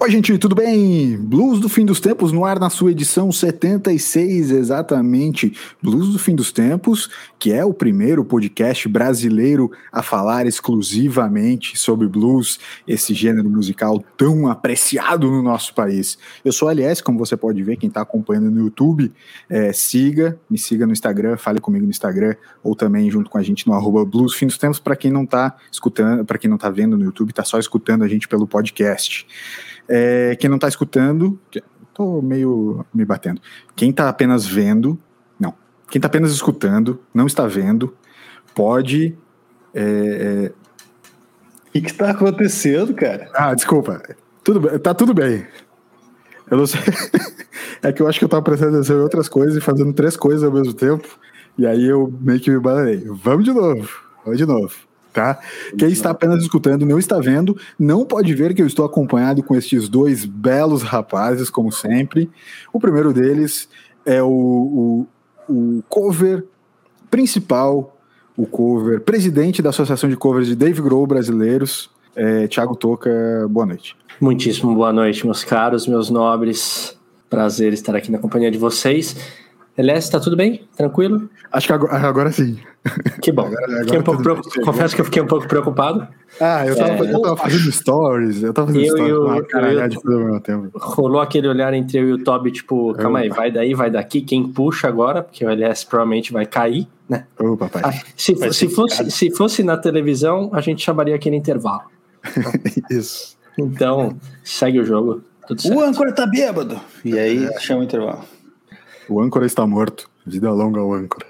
Oi, gente, tudo bem? Blues do Fim dos Tempos no ar na sua edição 76, exatamente. Blues do Fim dos Tempos, que é o primeiro podcast brasileiro a falar exclusivamente sobre blues, esse gênero musical tão apreciado no nosso país. Eu sou a LS, como você pode ver, quem está acompanhando no YouTube, me siga no Instagram, fale comigo no Instagram, ou também junto com a gente no @Blues do Fim dos Tempos, para quem não está escutando, para quem não está vendo no YouTube, está só escutando a gente pelo podcast. Quem não está escutando, estou meio me batendo. Quem está apenas vendo, não. Quem está apenas escutando, não está vendo, pode. O que está acontecendo, cara? Desculpa. Tá tudo bem. Eu não sei. É que eu acho que eu estava prestando atenção em outras coisas e fazendo 3 coisas ao mesmo tempo. E aí eu meio que me bananei. Vamos de novo. Tá? Quem está apenas escutando, não está vendo, não pode ver que eu estou acompanhado com estes 2 belos rapazes, como sempre. O primeiro deles é o cover principal, o cover presidente da Associação de Covers de Dave Grohl Brasileiros, Thiago Toca. Boa noite. Muitíssimo boa noite, meus caros, meus nobres. Prazer estar aqui na companhia de vocês. LS, tá tudo bem? Tranquilo? Acho que agora sim. Que bom. Confesso que eu fiquei um pouco preocupado. Eu tava fazendo stories. Eu tava fazendo stories com uma caralhada de coisa ao mesmo tempo. Rolou aquele olhar entre eu e o Toby, tipo, calma aí, vai daí, vai daqui, quem puxa agora, porque o LS provavelmente vai cair, né? Papai. Se fosse na televisão, a gente chamaria aquele intervalo. Isso. Então, segue o jogo, tudo certo. O âncora tá bêbado. E aí, chama o intervalo. O âncora está morto. Vida longa ao âncora.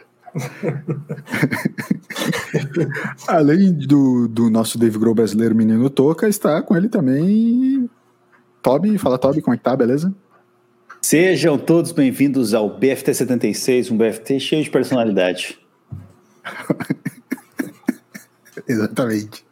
Além do nosso Dave Grohl brasileiro Menino Toca, está com ele também Toby. Fala, Toby, como é que tá, beleza? Sejam todos bem-vindos ao BFT 76, um BFT cheio de personalidade. Exatamente.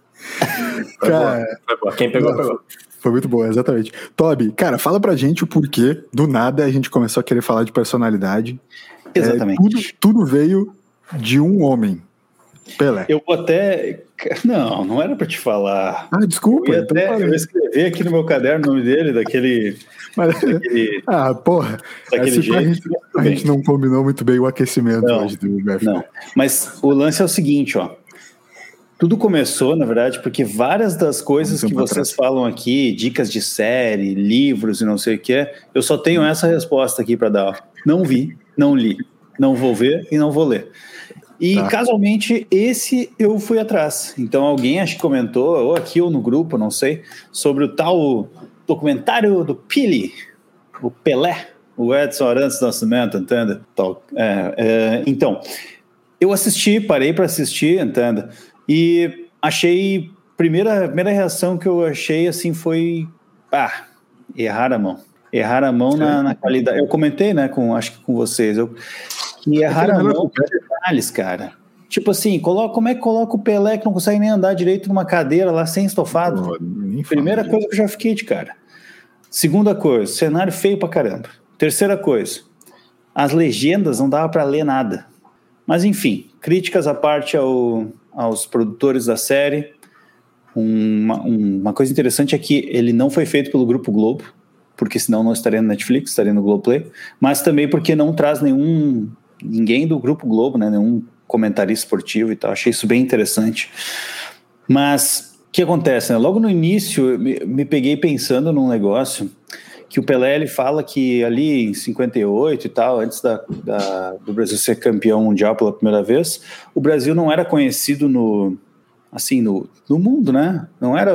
Foi boa. Quem pegou. Foi muito bom, exatamente. Toby, cara, fala pra gente o porquê, do nada, a gente começou a querer falar de personalidade. Exatamente. Tudo veio de um homem, Pelé. Eu vou até... Não era pra te falar. Desculpa. Eu ia escrever aqui no meu caderno o nome dele, daquele... porra. Daquele jeito. A gente não combinou muito bem o aquecimento hoje do BFT. Não, mas o lance é o seguinte, ó. Tudo começou, na verdade, porque várias das coisas que vocês falam aqui, dicas de série, livros e não sei o que, eu só tenho essa resposta aqui para dar. Não vi, não li, não vou ver e não vou ler. E casualmente esse eu fui atrás. Então alguém acho que comentou, ou aqui ou no grupo, não sei, sobre o tal documentário do Pili, o Pelé, o Edson Arantes do Nascimento, entende? Então, eu parei para assistir, entende? E achei, primeira reação que eu achei assim foi, errar a mão na qualidade. Eu comentei, né, acho que com vocês, errar a mão com detalhes, cara. Tipo assim, como é que coloca o Pelé que não consegue nem andar direito numa cadeira lá sem estofado? Primeira coisa que eu já fiquei de cara. Segunda coisa, cenário feio pra caramba. Terceira coisa, as legendas não dava pra ler nada. Mas enfim, críticas à parte aos produtores da série. Uma coisa interessante é que ele não foi feito pelo Grupo Globo, porque senão não estaria no Netflix, estaria no Globoplay, mas também porque não traz ninguém do Grupo Globo, né, nenhum comentarista esportivo e tal. Achei isso bem interessante. Mas o que acontece, né? Logo no início me peguei pensando num negócio que o Pelé, ele fala que ali em 58 e tal, antes do Brasil ser campeão mundial pela primeira vez, o Brasil não era conhecido no mundo, né? Não era...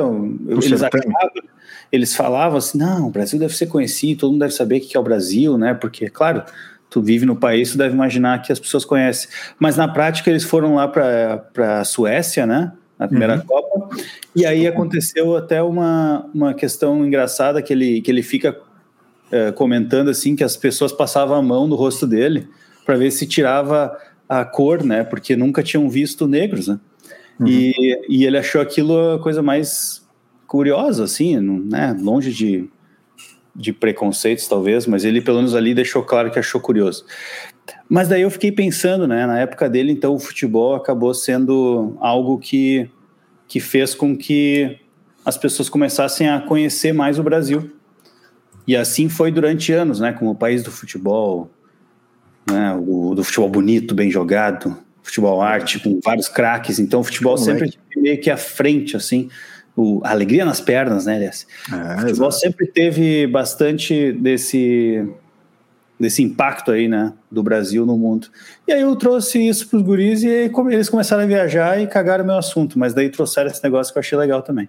Eles falavam assim, não, o Brasil deve ser conhecido, todo mundo deve saber o que é o Brasil, né? Porque, claro, tu vive no país, tu deve imaginar que as pessoas conhecem. Mas na prática eles foram lá para a Suécia, né? Na primeira Copa, e aí aconteceu até uma questão engraçada que ele fica comentando assim, que as pessoas passavam a mão no rosto dele para ver se tirava a cor, né, porque nunca tinham visto negros, né, e ele achou aquilo a coisa mais curiosa, assim, né, longe de preconceitos talvez, mas ele pelo menos ali deixou claro que achou curioso. Mas daí eu fiquei pensando, né, na época dele, então o futebol acabou sendo algo que fez com que as pessoas começassem a conhecer mais o Brasil. E assim foi durante anos, né? Como o país do futebol, né? Do futebol bonito, bem jogado, futebol arte, com vários craques. Então o futebol sempre meio que à frente, assim, a alegria nas pernas, né, aliás. O futebol sempre teve bastante desse impacto aí, né, do Brasil no mundo. E aí eu trouxe isso pros guris e aí eles começaram a viajar e cagaram o meu assunto, mas daí trouxeram esse negócio que eu achei legal também.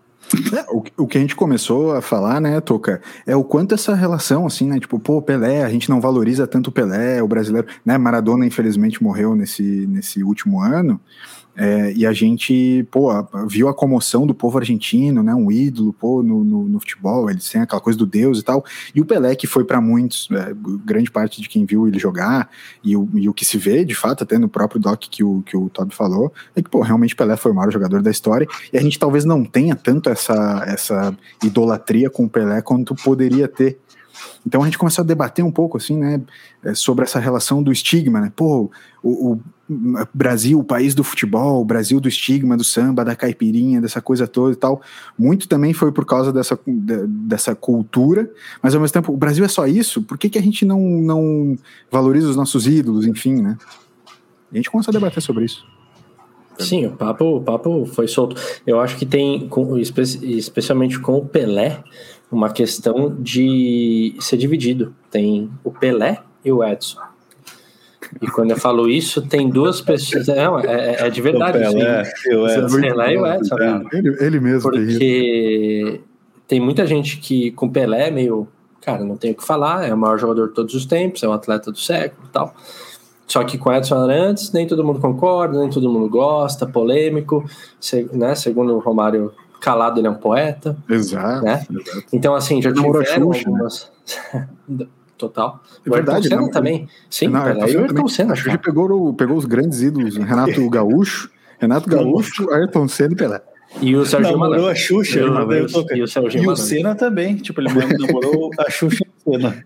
O que a gente começou a falar, né, Toca, é o quanto essa relação, assim, né, tipo, pô, Pelé, a gente não valoriza tanto o Pelé, o brasileiro, né, Maradona infelizmente morreu nesse último ano, e a gente, pô, viu a comoção do povo argentino, né, um ídolo, pô, no futebol, eles têm aquela coisa do Deus e tal, e o Pelé que foi para muitos, grande parte de quem viu ele jogar, e o que se vê, de fato, até no próprio doc que o Toby falou, é que, pô, realmente Pelé foi o maior jogador da história, e a gente talvez não tenha tanto essa idolatria com o Pelé quanto poderia ter. Então a gente começou a debater um pouco, assim, né, sobre essa relação do estigma, né, pô, o Brasil, o país do futebol, o Brasil do estigma, do samba, da caipirinha, dessa coisa toda e tal, muito também foi por causa dessa cultura, mas ao mesmo tempo, o Brasil é só isso? Por que a gente não valoriza os nossos ídolos, enfim, né? E a gente começou a debater sobre isso. Sim, o papo foi solto. Eu acho que tem, especialmente com o Pelé, uma questão de ser dividido. Tem o Pelé e o Edson. E quando eu falo isso, tem duas pessoas. Não, é de verdade. O Pelé e o Edson. Ele mesmo. Porque tem muita gente que com Pelé é meio... Cara, não tem o que falar, é o maior jogador de todos os tempos, é um atleta do século e tal. Só que com Edson Arantes, nem todo mundo concorda, nem todo mundo gosta, polêmico, né? Segundo o Romário, calado ele é um poeta. Exato. Né? Então, assim, já tiveram algumas... Né? Total. É verdade. O Ayrton Senna também. Sim, o Ayrton Senna. Acho que pegou os grandes ídolos, Renato Gaúcho, Ayrton Senna e Pelé. E o Sérgio namorou a Xuxa. E o Senna também. Tipo, ele namorou a Xuxa e o Senna.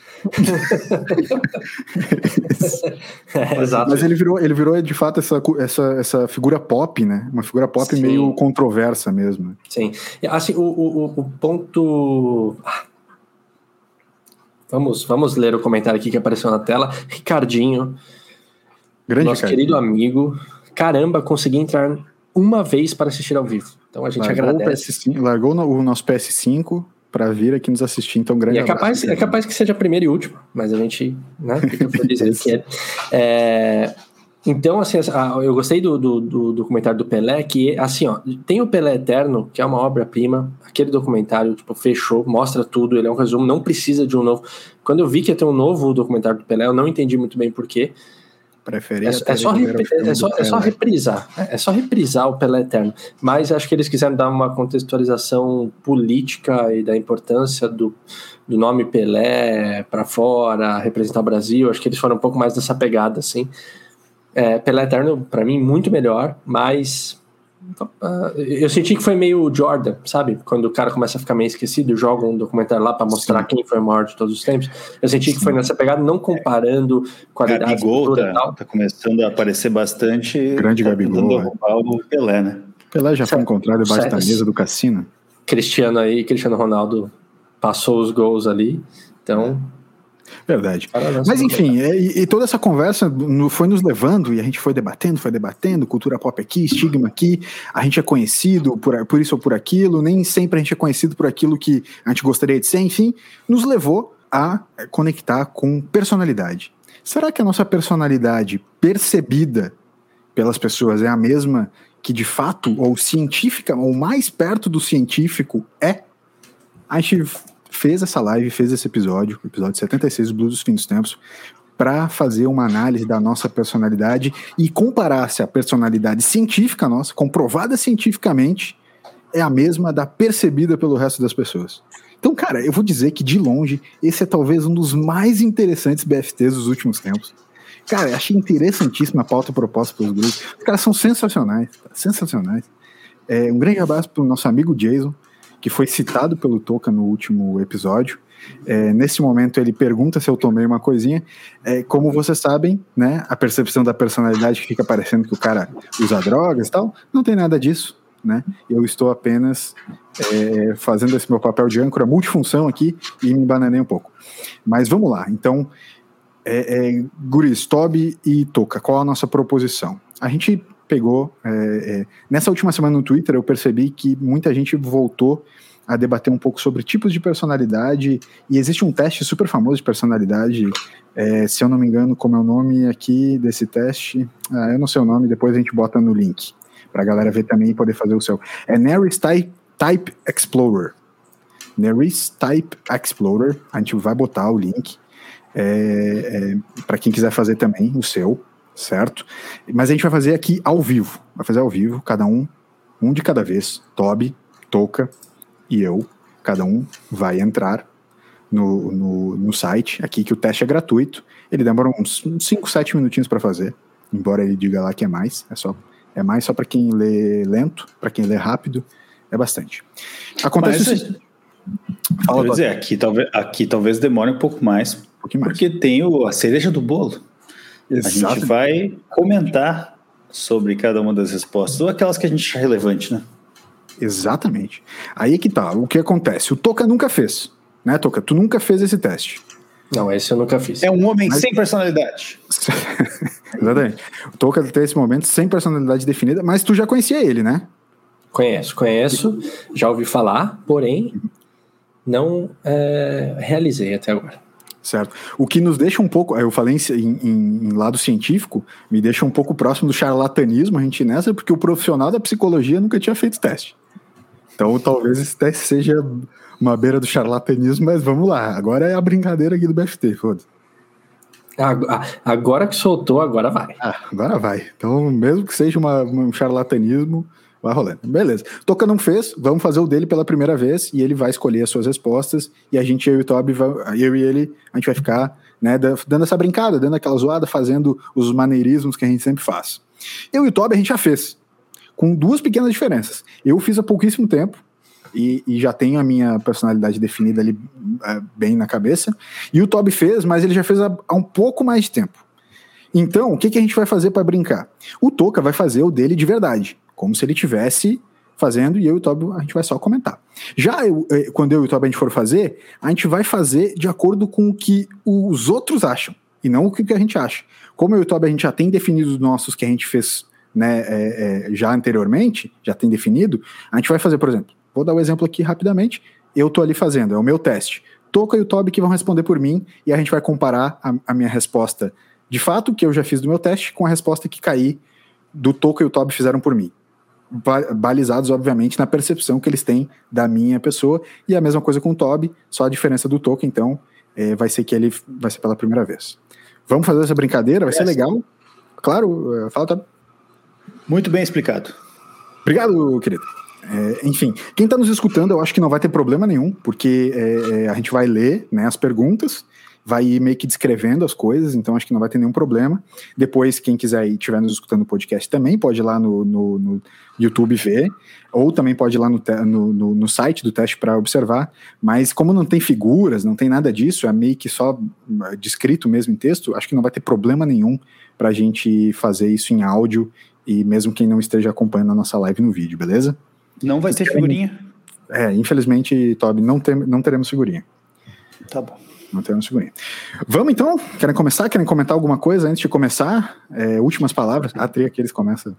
Exato. Mas ele virou de fato essa figura pop, né? Uma figura pop Sim. meio controversa mesmo. Sim. Assim, o ponto... Vamos ler o comentário aqui que apareceu na tela. Ricardinho, nosso querido amigo. Caramba, consegui entrar uma vez para assistir ao vivo. Então a gente agradece. Largou o nosso PS5 para vir aqui nos assistir. Então, grande abraço. É capaz que seja primeiro e último, mas a gente, né, fica feliz que é. Então, assim, eu gostei do documentário do Pelé, que, assim, ó, tem o Pelé Eterno, que é uma obra-prima, aquele documentário, tipo, fechou, mostra tudo, ele é um resumo, não precisa de um novo. Quando eu vi que ia ter um novo documentário do Pelé, eu não entendi muito bem por quê. É só reprisar. É só reprisar o Pelé Eterno. Mas acho que eles quiseram dar uma contextualização política e da importância do nome Pelé para fora, representar o Brasil. Acho que eles foram um pouco mais dessa pegada, assim. Pelé Eterno, para mim, muito melhor, mas eu senti que foi meio Jordan, sabe? Quando o cara começa a ficar meio esquecido, joga um documentário lá para mostrar Sim. quem foi o maior de todos os tempos. Eu senti que foi nessa pegada, não comparando qualidade Gabigol e tal. Tá começando a aparecer bastante. Grande Gabigol. Derrubar o Pelé, né? Pelé já foi encontrado debaixo da mesa do cassino. Cristiano Ronaldo passou os gols ali, então... Verdade. Mas enfim, e toda essa conversa foi nos levando e a gente foi debatendo, cultura pop aqui, estigma aqui, a gente é conhecido por isso ou por aquilo, nem sempre a gente é conhecido por aquilo que a gente gostaria de ser, enfim, nos levou a conectar com personalidade. Será que a nossa personalidade percebida pelas pessoas é a mesma que de fato, ou científica, ou mais perto do científico é? A gente fez essa live, fez esse episódio, o episódio 76 do Blues dos Fins dos Tempos, para fazer uma análise da nossa personalidade e comparar se a personalidade científica nossa, comprovada cientificamente, é a mesma da percebida pelo resto das pessoas. Então, cara, eu vou dizer que, de longe, esse é talvez um dos mais interessantes BFTs dos últimos tempos. Cara, eu achei interessantíssima a pauta proposta pelos grupos. Os caras são sensacionais, sensacionais. Um grande abraço para o nosso amigo Jason, que foi citado pelo Toca no último episódio. Nesse momento ele pergunta se eu tomei uma coisinha. Como vocês sabem, né, a percepção da personalidade que fica parecendo que o cara usa drogas e tal, não tem nada disso. né? Eu estou apenas fazendo esse meu papel de âncora multifunção aqui e me embananei um pouco. Mas vamos lá. Então, guris, Toby e Toca, qual a nossa proposição? A gente pegou... nessa última semana no Twitter, eu percebi que muita gente voltou a debater um pouco sobre tipos de personalidade, e existe um teste super famoso de personalidade, se eu não me engano, como é o nome aqui desse teste, eu não sei o nome, depois a gente bota no link, pra galera ver também e poder fazer o seu. É Nerys Type Explorer. Nerys Type Explorer, a gente vai botar o link, para quem quiser fazer também o seu, certo? Mas a gente vai fazer aqui ao vivo, cada um de cada vez, Toby, Toca e eu, cada um vai entrar no site aqui, que o teste é gratuito, ele demora uns 5, 7 minutinhos para fazer, embora ele diga lá que é mais, é mais só para quem lê lento, para quem lê rápido, é bastante. Acontece Quer dizer, aqui talvez demore um pouco mais, porque tem a cereja do bolo. Exatamente. A gente vai comentar sobre cada uma das respostas, ou aquelas que a gente acha relevante, né? Exatamente. Aí que tá, o que acontece? O Toca nunca fez, né, Toca? Tu nunca fez esse teste. Não, esse eu nunca fiz. É um homem sem personalidade. Exatamente. O Toca tem esse momento sem personalidade definida, mas tu já conhecia ele, né? Conheço, já ouvi falar, porém não realizei até agora. Certo. O que nos deixa um pouco, eu falei em lado científico, me deixa um pouco próximo do charlatanismo, a gente nessa, porque o profissional da psicologia nunca tinha feito teste. Então talvez esse teste seja uma beira do charlatanismo, mas vamos lá, agora é a brincadeira aqui do BFT, foda-se. Agora que soltou, agora vai. Agora vai. Então, mesmo que seja um charlatanismo, vai rolando. Beleza. Toca não fez, vamos fazer o dele pela primeira vez e ele vai escolher as suas respostas e a gente, eu e o Toby, eu e ele, a gente vai ficar, né, dando essa brincada, dando aquela zoada, fazendo os maneirismos que a gente sempre faz. Eu e o Toby a gente já fez, com 2 pequenas diferenças. Eu fiz há pouquíssimo tempo e já tenho a minha personalidade definida ali bem na cabeça, e o Toby fez, mas ele já fez há um pouco mais de tempo. Então, o que a gente vai fazer para brincar? O Toca vai fazer o dele de verdade, como se ele estivesse fazendo, e eu e o Toby a gente vai só comentar. Já quando eu e o Toby a gente for fazer, a gente vai fazer de acordo com o que os outros acham, e não o que a gente acha. Como eu e o Toby a gente já tem definido os nossos que a gente fez, né, já anteriormente, já tem definido, a gente vai fazer, por exemplo, vou dar um exemplo aqui rapidamente, eu tô ali fazendo, é o meu teste. Toca e o Toby que vão responder por mim, e a gente vai comparar a minha resposta de fato, que eu já fiz do meu teste, com a resposta que caí do Toca e o Toby fizeram por mim. Balizados, obviamente, na percepção que eles têm da minha pessoa, e a mesma coisa com o Toby, só a diferença do Toca, então, vai ser que ele vai ser pela primeira vez. Vamos fazer essa brincadeira, vai ser legal. Claro, fala, Toby. Muito bem explicado. Obrigado, querido. Enfim, quem está nos escutando, eu acho que não vai ter problema nenhum, porque a gente vai ler, né, as perguntas, vai ir meio que descrevendo as coisas, então acho que não vai ter nenhum problema. Depois, quem quiser e estiver nos escutando o podcast também pode ir lá no YouTube ver, ou também pode ir lá no site do teste para observar, mas como não tem figuras, não tem nada disso, é meio que só descrito mesmo em texto, acho que não vai ter problema nenhum para a gente fazer isso em áudio, e mesmo quem não esteja acompanhando a nossa live no vídeo, beleza? Não vai ter figurinha? Infelizmente, Toby, não teremos figurinha. Tá bom. Não teremos figurinha. Vamos então? Querem começar? Querem comentar alguma coisa antes de começar? Últimas palavras? Tri aqui eles começam.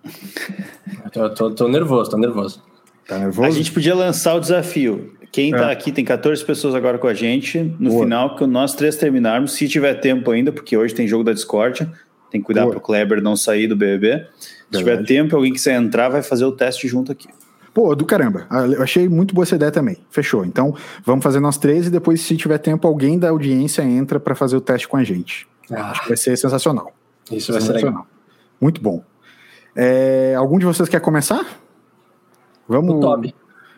Tô nervoso. Tá nervoso? A gente podia lançar o desafio. Quem tá aqui, tem 14 pessoas agora com a gente. No final, que nós 3 terminarmos, se tiver tempo ainda, porque hoje tem jogo da Discord, tem que cuidar pro Kleber não sair do BBB. Se tiver tempo, alguém quiser entrar, vai fazer o teste junto aqui. Pô, do caramba. Eu achei muito boa essa ideia também. Fechou. Então, vamos fazer nós 3 e depois, se tiver tempo, alguém da audiência entra para fazer o teste com a gente. Acho que vai ser sensacional. Isso vai ser legal. Muito bom. Algum de vocês quer começar? Vamos. O Toby.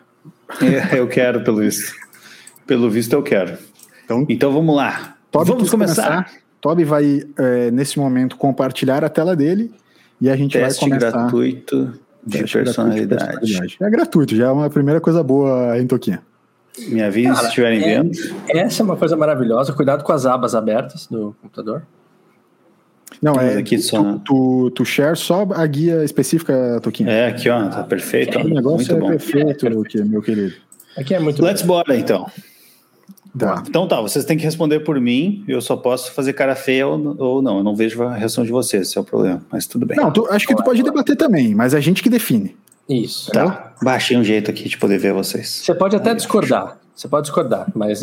Eu quero, pelo visto. Pelo visto, eu quero. Então vamos lá. Toby, vamos começar. Toby vai, nesse momento, compartilhar a tela dele e a gente teste vai começar. Gratuito de personalidade. É gratuito, já é uma primeira coisa boa, hein, Toquinha? Me avisa se estiverem vendo. Essa é uma coisa maravilhosa. Cuidado com as abas abertas do computador. Não, aqui tu share só a guia específica, Toquinho. Aqui, ó, tá perfeito. O negócio muito perfeito, meu querido. Aqui é muito Let's bora, então. Tá. Então vocês têm que responder por mim, eu só posso fazer cara feia ou não, eu não vejo a reação de vocês, esse é o problema, mas tudo bem. Não, acho que tu pode debater também, mas a gente que define. Isso. Tá, baixei um jeito aqui de poder ver vocês. Você pode até discordar, mas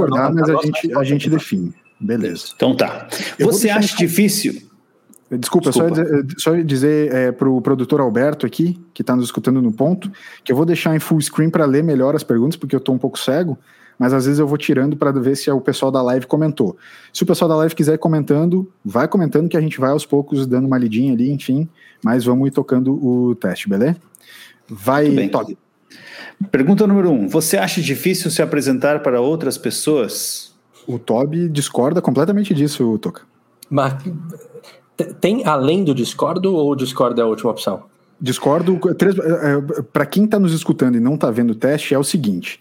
a gente define. Beleza. Então tá. Você acha difícil... Desculpa. Só dizer para o produtor Alberto aqui, que está nos escutando no ponto, que eu vou deixar em full screen para ler melhor as perguntas, porque eu estou um pouco cego, mas às vezes eu vou tirando para ver se o pessoal da live comentou. Se o pessoal da live quiser ir comentando, vai comentando que a gente vai aos poucos dando uma lidinha ali, enfim, mas vamos ir tocando o teste, beleza? Vai, Todd. Pergunta número 1. Você acha difícil se apresentar para outras pessoas? O Toby discorda completamente disso, Toca. Mas tem além do discordo ou o discordo é a última opção? Discordo. Para quem está nos escutando e não está vendo o teste, é o seguinte: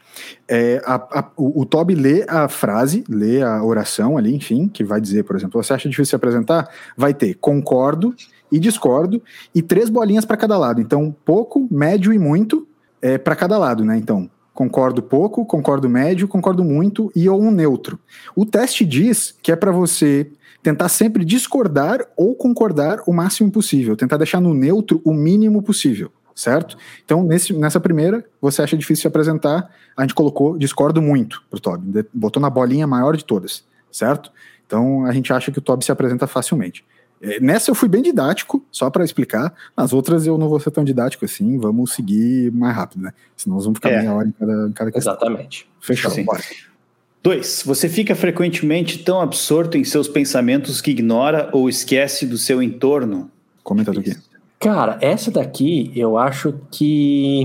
o Toby lê a frase, lê a oração ali, enfim, que vai dizer, por exemplo, você acha difícil se apresentar? Vai ter concordo e discordo e 3 bolinhas para cada lado. Então, pouco, médio e muito para cada lado, né? Então, concordo pouco, concordo médio, concordo muito e ou um neutro. O teste diz que é para você tentar sempre discordar ou concordar o máximo possível, tentar deixar no neutro o mínimo possível, certo? Então, nessa primeira, você acha difícil se apresentar, a gente colocou discordo muito pro Toby, botou na bolinha maior de todas, certo? Então, a gente acha que o Toby se apresenta facilmente. Nessa eu fui bem didático, só para explicar. Nas outras eu não vou ser tão didático assim, vamos seguir mais rápido, né? Senão nós vamos ficar meia hora em cada questão. Exatamente. Fechou, bora. 2. Você fica frequentemente tão absorto em seus pensamentos que ignora ou esquece do seu entorno? Comenta aqui. Cara, essa daqui eu acho que...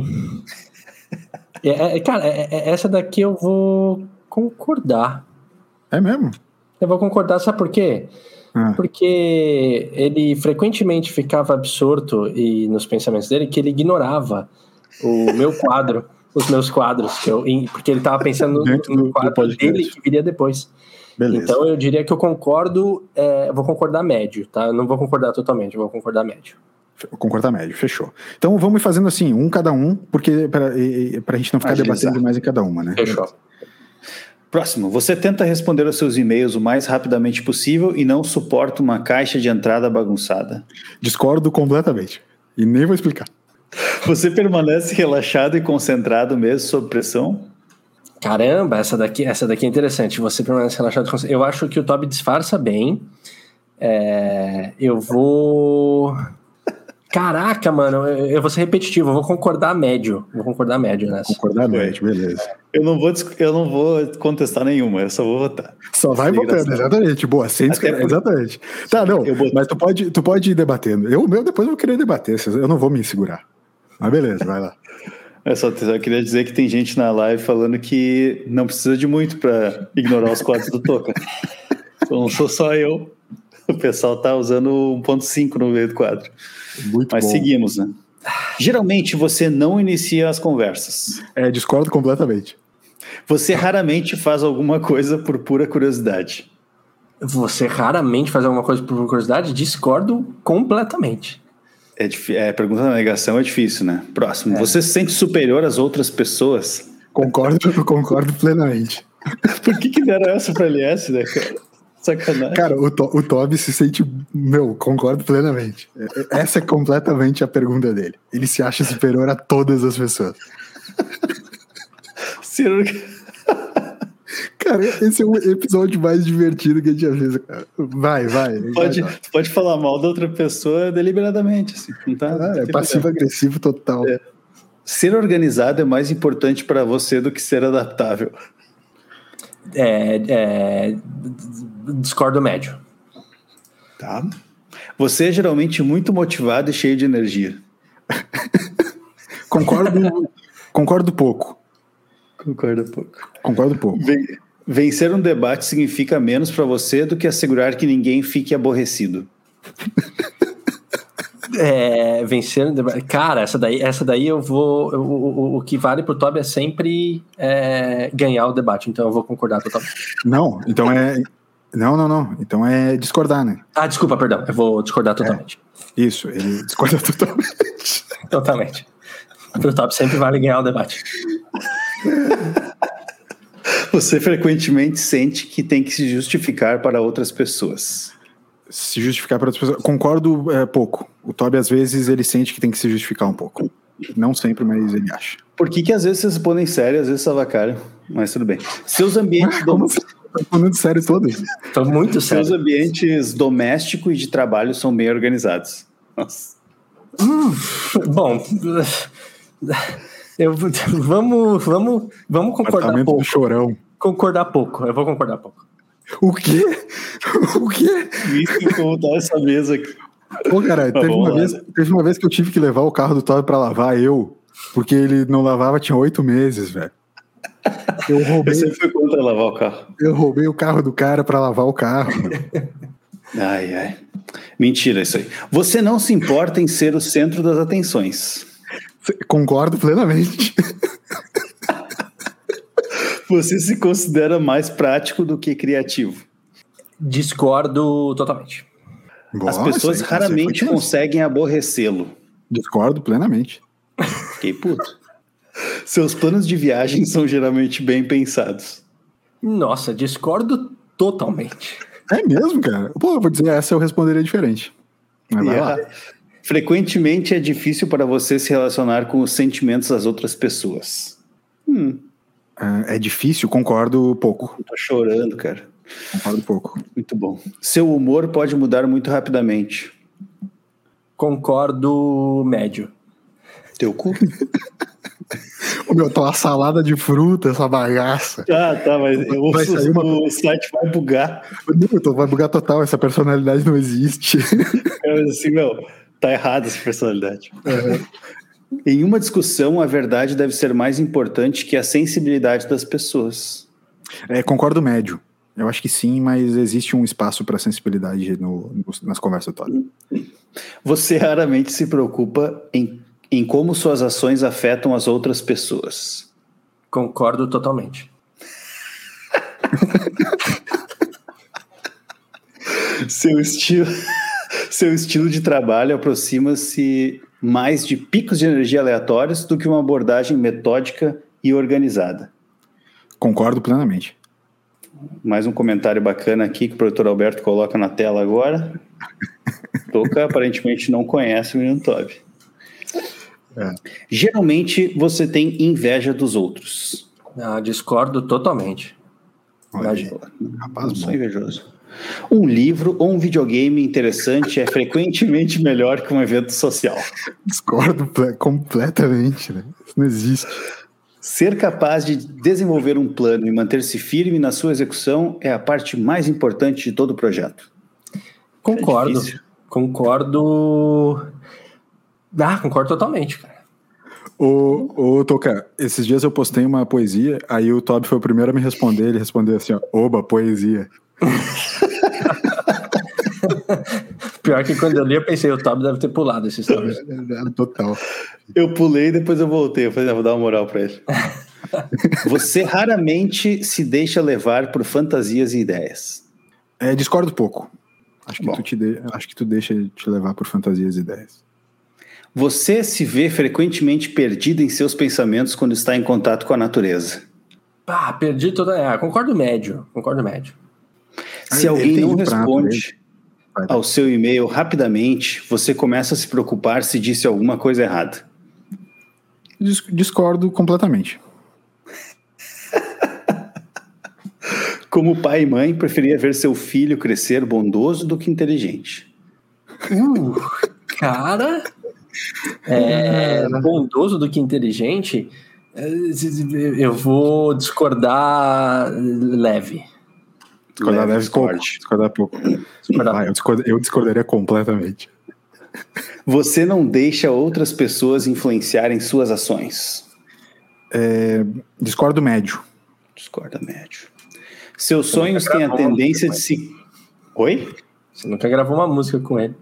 essa daqui eu vou concordar. É mesmo? Eu vou concordar, sabe por quê? Porque ele frequentemente ficava absorto nos pensamentos dele, que ele ignorava o meu quadro, os meus quadros, porque ele estava pensando no quadro dele que viria depois. Beleza. Então eu diria que eu concordo, vou concordar médio, tá? Eu não vou concordar totalmente, eu vou concordar médio. Concordar médio, fechou. Então vamos fazendo assim, cada um, porque pra gente não ficar debatendo mais em cada uma, né? Fechou. Próximo, você tenta responder aos seus e-mails o mais rapidamente possível e não suporta uma caixa de entrada bagunçada. Discordo completamente. E nem vou explicar. Você permanece relaxado e concentrado mesmo sob pressão? Caramba, essa daqui é interessante. Você permanece relaxado e concentrado. Eu acho que o Toby disfarça bem. Eu vou... Caraca, mano, eu vou ser repetitivo, eu vou concordar médio. Nessa. Concordar médio, beleza. Eu não vou contestar nenhuma, eu só vou votar. Só vai votando, exatamente. Boa, sem discordar, exatamente. Tá, não, mas tu pode ir debatendo. Eu depois vou querer debater, eu não vou me segurar. Mas beleza, vai lá. Eu só queria dizer que tem gente na live falando que não precisa de muito pra ignorar os quadros do Toca. Então não sou só eu. O pessoal tá usando 1.5 no meio do quadro. Mas bom. Seguimos, né? Geralmente você não inicia as conversas. Discordo completamente. Você raramente faz alguma coisa por pura curiosidade. Você raramente faz alguma coisa por pura curiosidade? Discordo completamente. Pergunta na negação é difícil, né? Próximo. Você se sente superior às outras pessoas? Concordo plenamente. Por que deram essa pra LS, né, cara? Sacanagem. Cara, o Toby se sente... concordo plenamente. Essa é completamente a pergunta dele. Ele se acha superior a todas as pessoas. Cara, esse é o episódio mais divertido que a gente já fez, cara. Vai. Tu pode falar mal da outra pessoa deliberadamente, assim. Não tá, é passivo-agressivo total. Ser organizado é mais importante para você do que ser adaptável. Discordo médio. Tá. Você é geralmente muito motivado e cheio de energia. Concordo pouco. Concordo pouco. Vencer um debate significa menos para você do que assegurar que ninguém fique aborrecido. Vencer um debate... Cara, essa daí eu vou... O que vale pro Toby é sempre ganhar o debate, então eu vou concordar totalmente. Não, então Não. Então é discordar, né? Ah, desculpa, perdão. Eu vou discordar totalmente. Isso, ele discorda totalmente. Totalmente. Pro Top sempre vale ganhar o debate. Você frequentemente sente que tem que se justificar para outras pessoas. Se justificar para outras pessoas. Concordo pouco. O Toby, às vezes, ele sente que tem que se justificar um pouco. Não sempre, mas ele acha. Por que às vezes vocês se põem sério, às vezes salvacaram? Mas tudo bem. Seus ambientes... Como você tá falando sério todo? Tô muito sério. Seus ambientes domésticos e de trabalho são bem organizados. Nossa. Bom... Vamos concordar pouco. Do Chorão. Concordar pouco. Eu vou concordar pouco. O quê? O quê? Isso que eu botar essa mesa aqui. Pô, cara, teve uma vez que eu tive que levar o carro do Toby pra lavar, porque ele não lavava tinha 8 meses, velho. Eu sempre fui contra lavar o carro. Eu roubei o carro do cara pra lavar o carro. Ai. Mentira isso aí. Você não se importa em ser o centro das atenções. Concordo plenamente. Você se considera mais prático do que criativo. Discordo totalmente. As pessoas raramente conseguem aborrecê-lo. Discordo plenamente. Fiquei puto. Seus planos de viagem são geralmente bem pensados. Nossa, discordo totalmente. É mesmo, cara? Pô, eu vou dizer, essa eu responderia diferente. Mas vai lá. Frequentemente é difícil para você se relacionar com os sentimentos das outras pessoas. É difícil, concordo pouco. Tô chorando, cara. Concordo pouco. Muito bom. Seu humor pode mudar muito rapidamente. Concordo médio. Teu cu? Tá uma salada de fruta, essa bagaça. Tá, mas o site vai bugar. Vai bugar total, essa personalidade não existe. Mas assim, tá errada essa personalidade. Em uma discussão, a verdade deve ser mais importante que a sensibilidade das pessoas. Concordo médio. Eu acho que sim, mas existe um espaço para sensibilidade nas conversas todas. Você raramente se preocupa em como suas ações afetam as outras pessoas. Concordo totalmente. Seu estilo de trabalho aproxima-se mais de picos de energia aleatórios do que uma abordagem metódica e organizada. Concordo plenamente. Mais um comentário bacana aqui que o produtor Alberto coloca na tela agora. Toca aparentemente não conhece o Menino Toby. Geralmente você tem inveja dos outros. Discordo totalmente. Rapaz, não sou invejoso. Um livro ou um videogame interessante é frequentemente melhor que um evento social. Discordo completamente, né? Isso não existe. Ser capaz de desenvolver um plano e manter-se firme na sua execução é a parte mais importante de todo o projeto. Concordo. Concordo totalmente, cara. Ô, Toca, esses dias eu postei uma poesia, aí o Toby foi o primeiro a me responder, ele respondeu assim, oba, poesia. Pior que quando eu li, eu pensei, o Toby deve ter pulado essa história. Total. Eu pulei e depois eu voltei, eu falei, vou dar uma moral pra ele. Você raramente se deixa levar por fantasias e ideias. Discordo pouco. Acho que tu deixa te levar por fantasias e ideias. Você se vê frequentemente perdido em seus pensamentos quando está em contato com a natureza. Perdido toda. Concordo médio. Se alguém não responde ao seu e-mail rapidamente, você começa a se preocupar se disse alguma coisa errada. Discordo completamente. Como pai e mãe, preferia ver seu filho crescer bondoso do que inteligente. Cara, bondoso do que inteligente, eu vou discordar leve. Discordar pouco. Eu discordaria completamente. Você não deixa outras pessoas influenciarem suas ações. Discordo médio. Discorda médio. Seus sonhos têm a tendência de se... Oi? Você nunca gravou uma música com ele.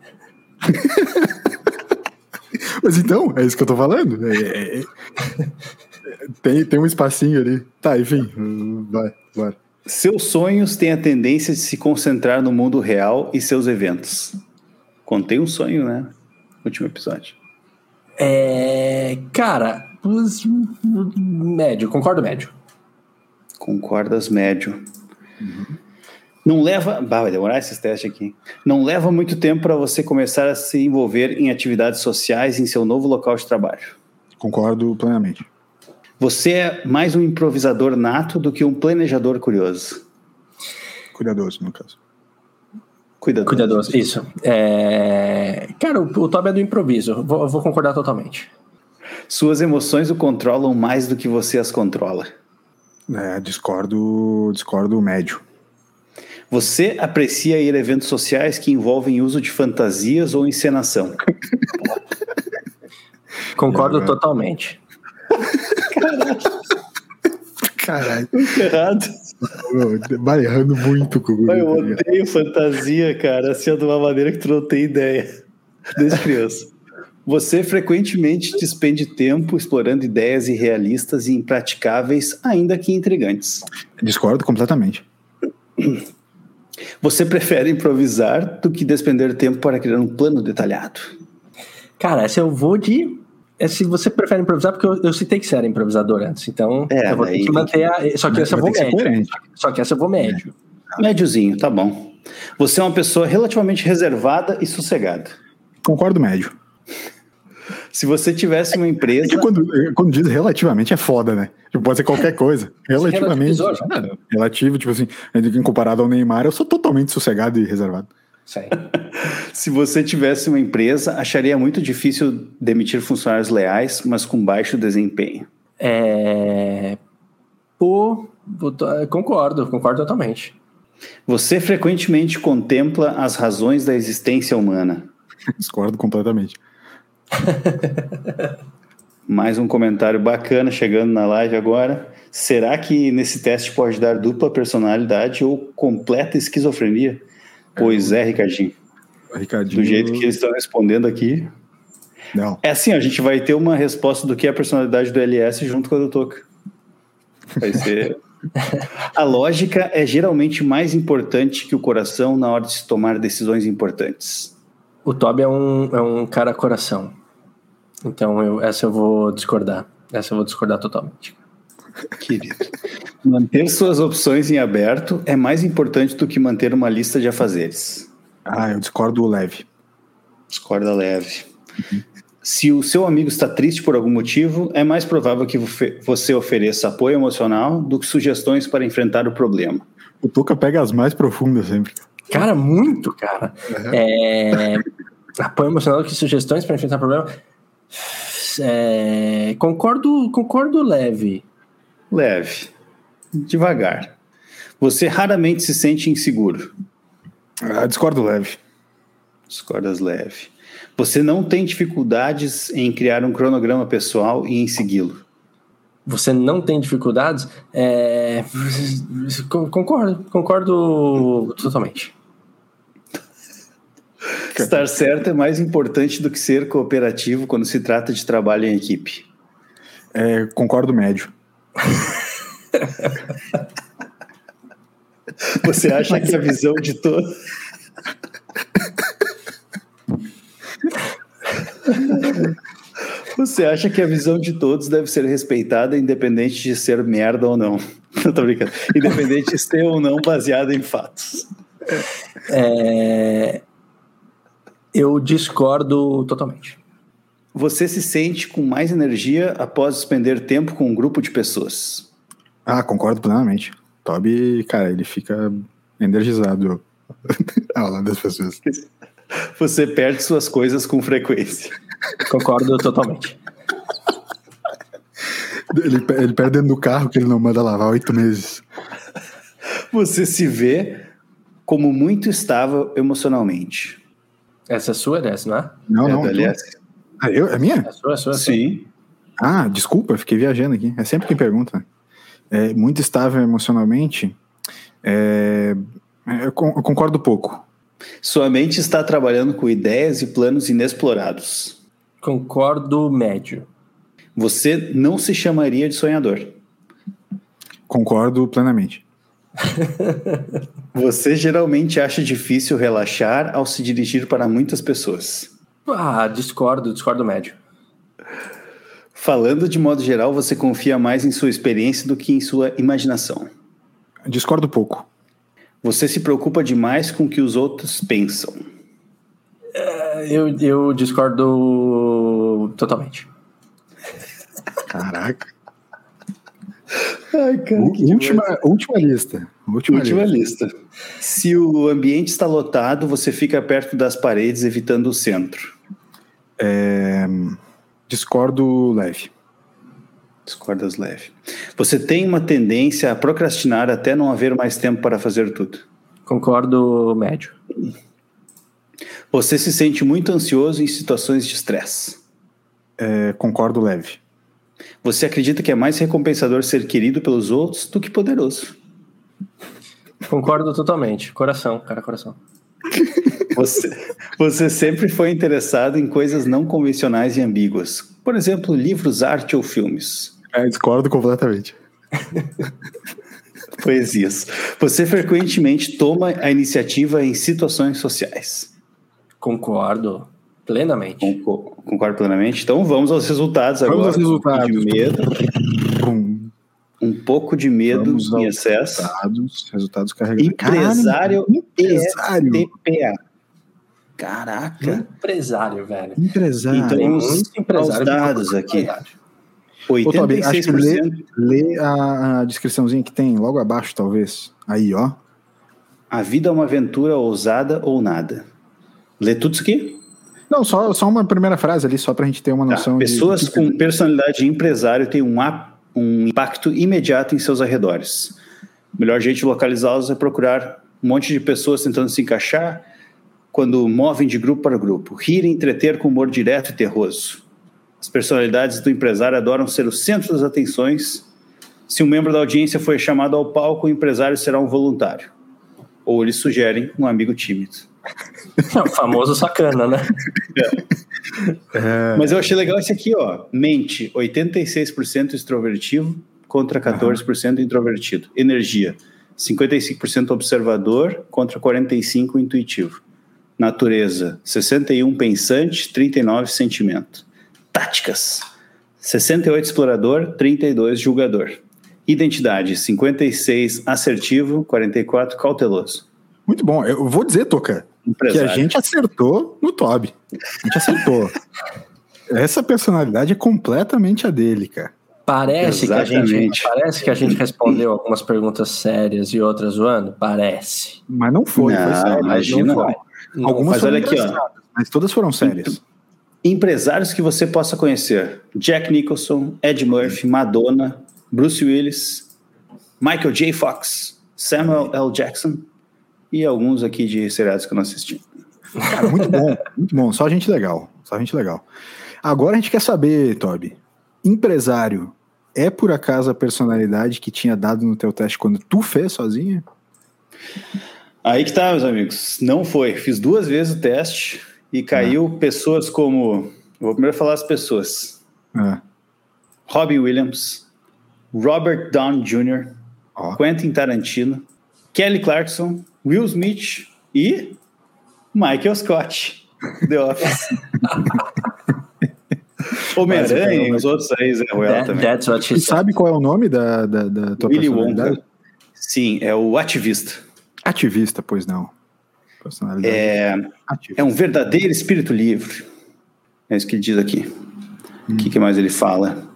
Mas então, é isso que eu tô falando. Tem um espacinho ali. Tá, enfim, vai. Seus sonhos têm a tendência de se concentrar no mundo real e seus eventos. Contei um sonho, né? No último episódio. Cara, médio, concordo médio. Concordas médio. Não leva... vai demorar esses testes aqui. Não leva muito tempo para você começar a se envolver em atividades sociais em seu novo local de trabalho. Concordo plenamente. Você é mais um improvisador nato do que um planejador curioso. Cuidadoso, no caso. Cuidadoso, isso. Cara, o Toby é do improviso. Vou concordar totalmente. Suas emoções o controlam mais do que você as controla. Discordo médio. Você aprecia ir a eventos sociais que envolvem uso de fantasias ou encenação. Concordo totalmente. Caralho. Muito errado. Vai errando muito com o Eu odeio fantasia, cara, assim, de uma maneira que tu não tem ideia. Desde criança. Você frequentemente despende tempo explorando ideias irrealistas e impraticáveis, ainda que intrigantes. Discordo completamente. Você prefere improvisar do que despender tempo para criar um plano detalhado. Cara, essa eu vou de... Se você prefere improvisar, porque eu citei que você era improvisador antes, então eu vou ter que manter Só que essa eu vou médio. Só que essa eu vou médio. Médiozinho, tá bom. Você é uma pessoa relativamente reservada e sossegada. Concordo médio. Se você tivesse uma empresa... Quando diz relativamente é foda, né? Tipo, pode ser qualquer coisa. Relativamente. Relativo, tipo assim, comparado ao Neymar, eu sou totalmente sossegado e reservado. Se você tivesse uma empresa, acharia muito difícil demitir funcionários leais, mas com baixo desempenho. Concordo totalmente. Você frequentemente contempla as razões da existência humana. Discordo completamente. Mais um comentário bacana chegando na live agora. Será que nesse teste pode dar dupla personalidade ou completa esquizofrenia? Pois Ricardinho. Do jeito que eles estão respondendo aqui. Não. É assim, a gente vai ter uma resposta do que é a personalidade do LS junto com a do Toca. Vai ser... A lógica é geralmente mais importante que o coração na hora de se tomar decisões importantes. O Toby é um cara coração. Então essa eu vou discordar. Essa eu vou discordar totalmente. Querido. Manter suas opções em aberto é mais importante do que manter uma lista de afazeres. Eu discordo leve. Discorda leve. Se o seu amigo está triste por algum motivo, é mais provável que você ofereça apoio emocional do que sugestões para enfrentar o problema. O Tuca pega as mais profundas sempre. Cara, muito, cara. Apoio emocional do que sugestões para enfrentar o problema. Concordo leve. Leve. Devagar. Você raramente se sente inseguro. Discordo leve. Discordas leve. Você não tem dificuldades em criar um cronograma pessoal e em segui-lo. Você não tem dificuldades? Concordo totalmente. Estar certo é mais importante do que ser cooperativo quando se trata de trabalho em equipe. Concordo médio. Você acha que a visão de todos... Você acha que a visão de todos deve ser respeitada, independente de ser merda ou não? Não tô brincando. Independente de ser ou não baseada em fatos. Eu discordo totalmente. Você se sente com mais energia após despender tempo com um grupo de pessoas. Concordo plenamente. Toby, cara, ele fica energizado ao lado das pessoas. Você perde suas coisas com frequência. Concordo totalmente. Ele perde dentro do carro que ele não manda lavar 8 meses. Você se vê como muito estável emocionalmente. Essa é sua, dessa, não é? Não. É minha? É sua. Sim. Desculpa, eu fiquei viajando aqui. É sempre quem pergunta. Muito estável emocionalmente. Eu concordo pouco. Sua mente está trabalhando com ideias e planos inexplorados. Concordo médio. Você não se chamaria de sonhador. Concordo plenamente. Você geralmente acha difícil relaxar ao se dirigir para muitas pessoas. Discordo médio. Falando de modo geral, você confia mais em sua experiência do que em sua imaginação. Discordo pouco. Você se preocupa demais com o que os outros pensam. Eu discordo totalmente. Caraca. Ai, cara, última lista. Última lista. Se o ambiente está lotado, você fica perto das paredes, evitando o centro. Discordo leve. Discordas leve. Você tem uma tendência a procrastinar até não haver mais tempo para fazer tudo. Concordo médio. Você se sente muito ansioso em situações de estresse. Concordo leve. Você acredita que é mais recompensador ser querido pelos outros do que poderoso. Concordo totalmente. Coração. Você sempre foi interessado em coisas não convencionais e ambíguas. Por exemplo, livros, arte ou filmes. Discordo completamente. Poesias. Você frequentemente toma a iniciativa em situações sociais. Concordo plenamente. Concordo plenamente. Então vamos aos resultados agora. Vamos aos resultados. Um pouco de medo em excesso. Resultados carregados. Empresário. STPA. Caraca. Empresário, velho. Então, os dados aqui. 86%. Lê a descriçãozinha que tem logo abaixo, talvez. Aí, ó. A vida é uma aventura ousada ou nada. Lê tudo isso aqui? Não, só uma primeira frase ali, só pra gente ter uma noção. Pessoas com personalidade de empresário têm um impacto imediato em seus arredores. O melhor jeito de localizá-los é procurar um monte de pessoas tentando se encaixar quando movem de grupo para grupo. Rir e entreter com humor direto e terroso. As personalidades do empresário adoram ser o centro das atenções. Se um membro da audiência for chamado ao palco, o empresário será um voluntário. Ou eles sugerem um amigo tímido. É o famoso sacana, né? Mas eu achei legal esse aqui, ó. Mente, 86% extrovertido contra 14% introvertido. Energia, 55% observador contra 45% intuitivo. Natureza, 61% pensante, 39% sentimento. Táticas, 68% explorador, 32% julgador. Identidade, 56% assertivo, 44% cauteloso. Muito bom. Eu vou dizer, Toca, que a gente acertou no Toby. A gente acertou. Essa personalidade é completamente a dele, cara. Parece que a gente respondeu algumas perguntas sérias e outras zoando. Parece. Mas não foi. Não, foi sério. imagina. Não foi. Algumas foram engraçadas, mas todas foram sérias. Empresários que você possa conhecer: Jack Nicholson, Ed Murphy, Madonna, Bruce Willis, Michael J. Fox, Samuel L. Jackson e alguns aqui de seriados que eu não assisti. Cara, muito bom, muito bom. Só gente legal. Agora a gente quer saber, Toby, empresário é por acaso a personalidade que tinha dado no teu teste quando tu fez sozinho? Aí que tá, meus amigos. Não foi. Fiz 2 vezes o teste e caiu pessoas como... Eu vou primeiro falar as pessoas. Robin Williams, Robert Downey Jr., Quentin Tarantino, Kelly Clarkson, Will Smith e Michael Scott, The Office. Homem-Aranha e os outros aí, Zé Ruela também. E sabe qual é o nome da tua Willy personalidade? Wonka. Sim, é o ativista. Ativista, pois não. Personalidade. É um verdadeiro espírito livre. É isso que ele diz aqui. O que mais ele fala?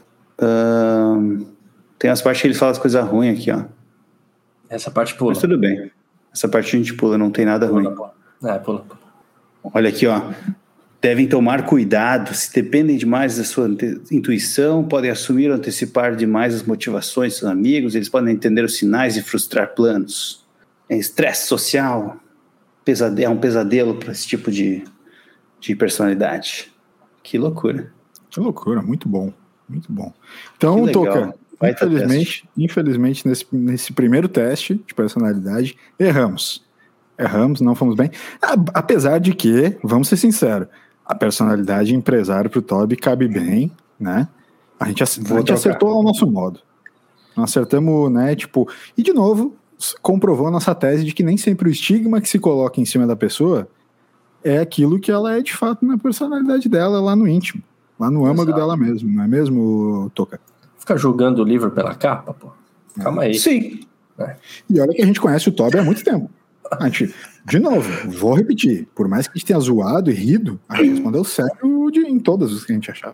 Tem as partes que ele fala as coisas ruins aqui, ó. Essa parte pula. Mas tudo bem. Essa parte a gente pula, não tem nada ruim. Pula. Olha aqui, ó. Devem tomar cuidado. Se dependem demais da sua intuição, podem assumir ou antecipar demais as motivações dos seus amigos, eles podem entender os sinais e frustrar planos. É estresse social. É um pesadelo para esse tipo de personalidade. Que loucura. Que loucura, muito bom. Muito bom. Então, Toca, infelizmente nesse primeiro teste de personalidade, erramos, não fomos bem. Apesar de que, vamos ser sinceros, a personalidade empresário pro Toby cabe bem, né? A gente acertou ao nosso modo. Nós acertamos, né? Tipo, e de novo, comprovou a nossa tese de que nem sempre o estigma que se coloca em cima da pessoa é aquilo que ela é de fato na personalidade dela, lá no íntimo, lá no âmago dela mesmo, não é mesmo, Toca? Ficar julgando o livro pela capa, pô. Calma aí. Sim. E olha que a gente conhece o Toby há muito tempo. A gente, de novo, vou repetir, por mais que a gente tenha zoado e rido, a gente respondeu sério em todas as que a gente achava.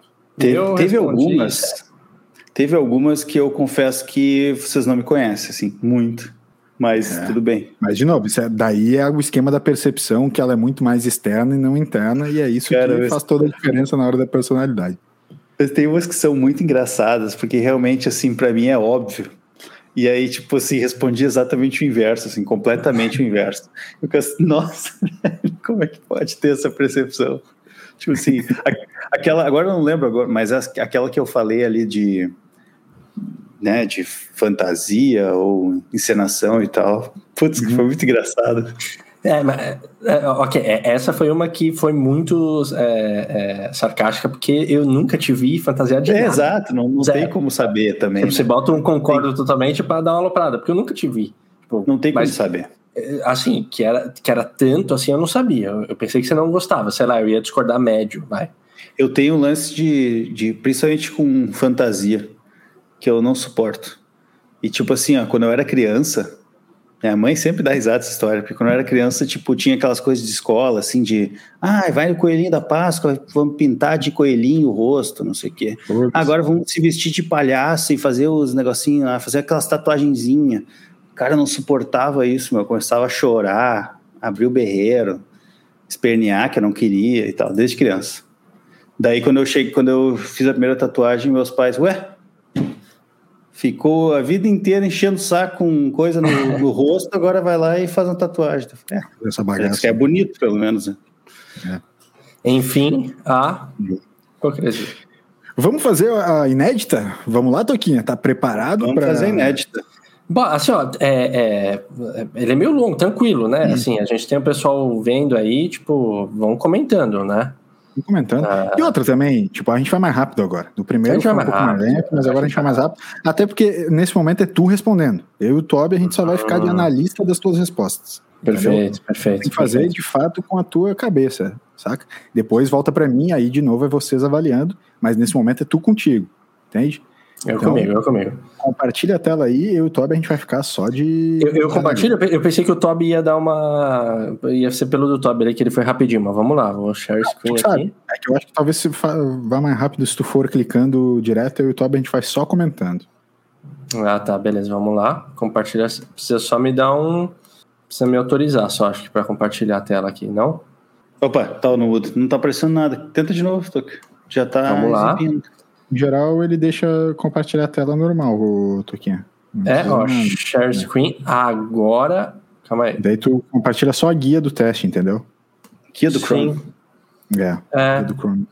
Teve algumas que eu confesso que vocês não me conhecem, assim, muito. Mas tudo bem. Mas, de novo, daí é o esquema da percepção, que ela é muito mais externa e não interna, e é isso que faz toda a diferença na hora da personalidade. Mas tem umas que são muito engraçadas, porque realmente, assim, pra mim é óbvio. E aí, tipo assim, respondi exatamente o inverso, assim, completamente o inverso. Eu penso, nossa, como é que pode ter essa percepção? Tipo assim, aquela, agora eu não lembro agora, mas aquela que eu falei ali de fantasia ou encenação e tal, putz, que foi muito engraçado. Essa foi uma que foi muito sarcástica, porque eu nunca te vi fantasiado de nada. Exato, não tem como saber também. Você bota um concordo totalmente para dar uma aloprada, porque eu nunca te vi. Tipo, não tem como saber. Assim, que era tanto assim, eu não sabia. Eu pensei que você não gostava, sei lá, eu ia discordar médio, vai. Eu tenho um lance de principalmente com fantasia, que eu não suporto. E tipo assim, ó, quando eu era criança, minha mãe sempre dá risada dessa história, porque quando eu era criança, tipo, tinha aquelas coisas de escola, assim, de vai no coelhinho da Páscoa, vamos pintar de coelhinho o rosto, não sei o quê. Agora vamos se vestir de palhaço e fazer os negocinhos lá, fazer aquelas tatuagenzinhas. Cara, eu não suportava isso, eu começava a chorar, abrir o berreiro, espernear que eu não queria e tal, desde criança. Daí quando eu fiz a primeira tatuagem, meus pais, ficou a vida inteira enchendo o saco com coisa no rosto, agora vai lá e faz uma tatuagem. Essa bagaça. Que é bonito, pelo menos. Né? Enfim, qual que é isso? Vamos fazer a inédita? Vamos lá, Toquinha? Tá preparado? Vamos fazer a inédita. Bom, assim, ó, ele é meio longo, tranquilo, né? Assim, a gente tem o pessoal vendo aí, tipo, vão comentando, né? Comentando. E outra também, tipo, a gente vai mais rápido agora. Do primeiro foi um pouco mais lento, mas agora a gente vai mais rápido. Até porque nesse momento é tu respondendo. Eu e o Toby, a gente só vai ficar de analista das tuas respostas. Perfeito. Tem que fazer de fato com a tua cabeça, saca? Depois volta pra mim, aí de novo é vocês avaliando, mas nesse momento é tu contigo, entende? Eu comigo. Compartilha a tela aí, eu e o Toby a gente vai ficar só de... Eu compartilho? Eu pensei que o Toby ia dar uma... Ia ser pelo do Toby ali, que ele foi rapidinho, mas vamos lá, vou share screen aqui. É que eu acho que talvez se vá mais rápido se tu for clicando direto, eu e o Toby a gente vai só comentando. Tá, beleza, vamos lá. Compartilhar, precisa só me dar precisa me autorizar só, acho que pra compartilhar a tela aqui, não? Opa, tá no mudo, não tá aparecendo nada. Tenta de novo, Toque. Já tá exibindo. Em geral, ele deixa compartilhar a tela normal, o Toquinha. Share screen. Agora, calma aí. Daí tu compartilha só a guia do teste, entendeu? Guia do Chrome. Guia do Chrome.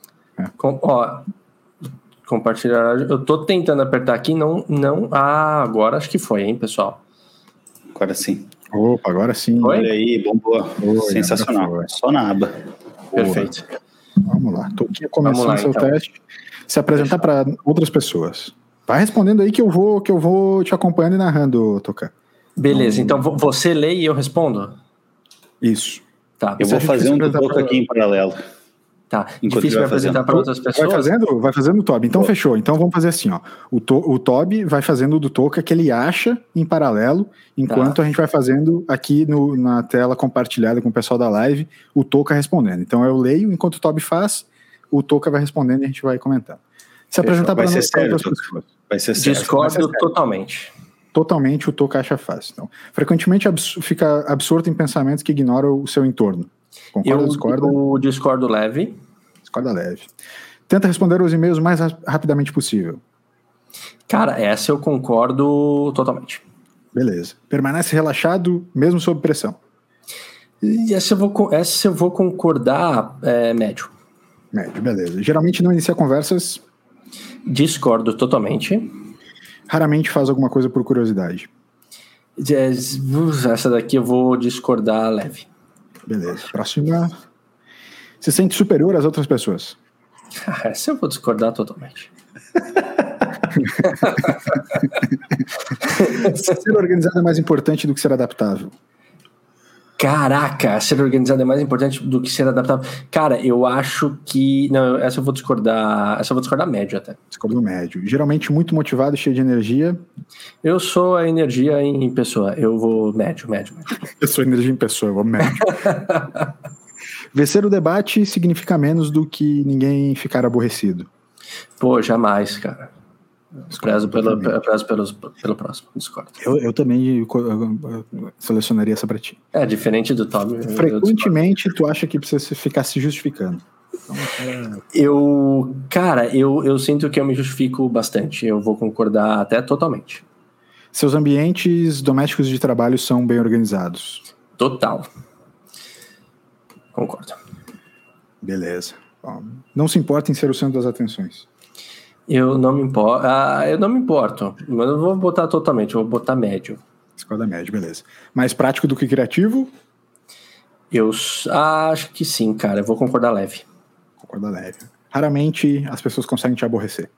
Compartilhar. Eu tô tentando apertar aqui, não. Agora acho que foi, hein, pessoal? Agora sim. Opa, agora sim. Foi? Olha aí, bombou. Sensacional. Só na aba. Perfeito. Vamos lá. Toquinha começando seu teste. Se apresentar para outras pessoas. Vai respondendo aí que eu vou te acompanhando e narrando, Toca. Beleza, então você lê e eu respondo? Isso. Tá. Eu vou fazer um do Toca aqui em paralelo. Tá, difícil me apresentar para outras pessoas. Vai fazendo o Toby. Então fechou. Então vamos fazer assim, ó. O Toby vai fazendo o do Toca que ele acha em paralelo, enquanto a gente vai fazendo aqui na tela compartilhada com o pessoal da live, o Toca respondendo. Então eu leio enquanto o Toby faz, o Toca vai respondendo e a gente vai comentando. Se apresentar para outras pessoas. Vai ser sério. Discordo totalmente. Totalmente o Toca acha fácil. Então, frequentemente fica absorto em pensamentos que ignoram o seu entorno. Concorda ou discorda? Eu discordo leve. Discorda leve. Tenta responder os e-mails o mais rapidamente possível. Cara, essa eu concordo totalmente. Beleza. Permanece relaxado, mesmo sob pressão. Essa eu vou concordar médio. Médio, beleza. Geralmente não inicia conversas. Discordo totalmente. Raramente faz alguma coisa por curiosidade. Essa daqui eu vou discordar leve. Beleza. Próxima. Se sente superior às outras pessoas. Essa eu vou discordar totalmente. Ser organizado é mais importante do que ser adaptável. Caraca, ser organizado é mais importante do que ser adaptável. Cara, eu acho que... Não, essa eu vou discordar. Essa eu vou discordar médio até. Discordo médio. Geralmente muito motivado, cheio de energia. Eu sou a energia em pessoa. Eu vou médio. Eu sou energia em pessoa, eu vou médio. Vencer o debate significa menos do que ninguém ficar aborrecido. Pô, jamais, cara. Prezo pelo próximo, discordo. Eu também selecionaria essa pra ti. É, diferente do Tom. Frequentemente tu acha que precisa ficar se justificando. Então, eu sinto que eu me justifico bastante. Eu vou concordar até totalmente. Seus ambientes domésticos de trabalho são bem organizados. Total. Concordo. Beleza. Bom, não se importa em ser o centro das atenções. Eu não me importo. Mas eu vou botar totalmente, eu vou botar médio. Escola médio, beleza. Mais prático do que criativo? Eu acho que sim, cara. Eu vou concordar leve. Concordar leve. Raramente as pessoas conseguem te aborrecer.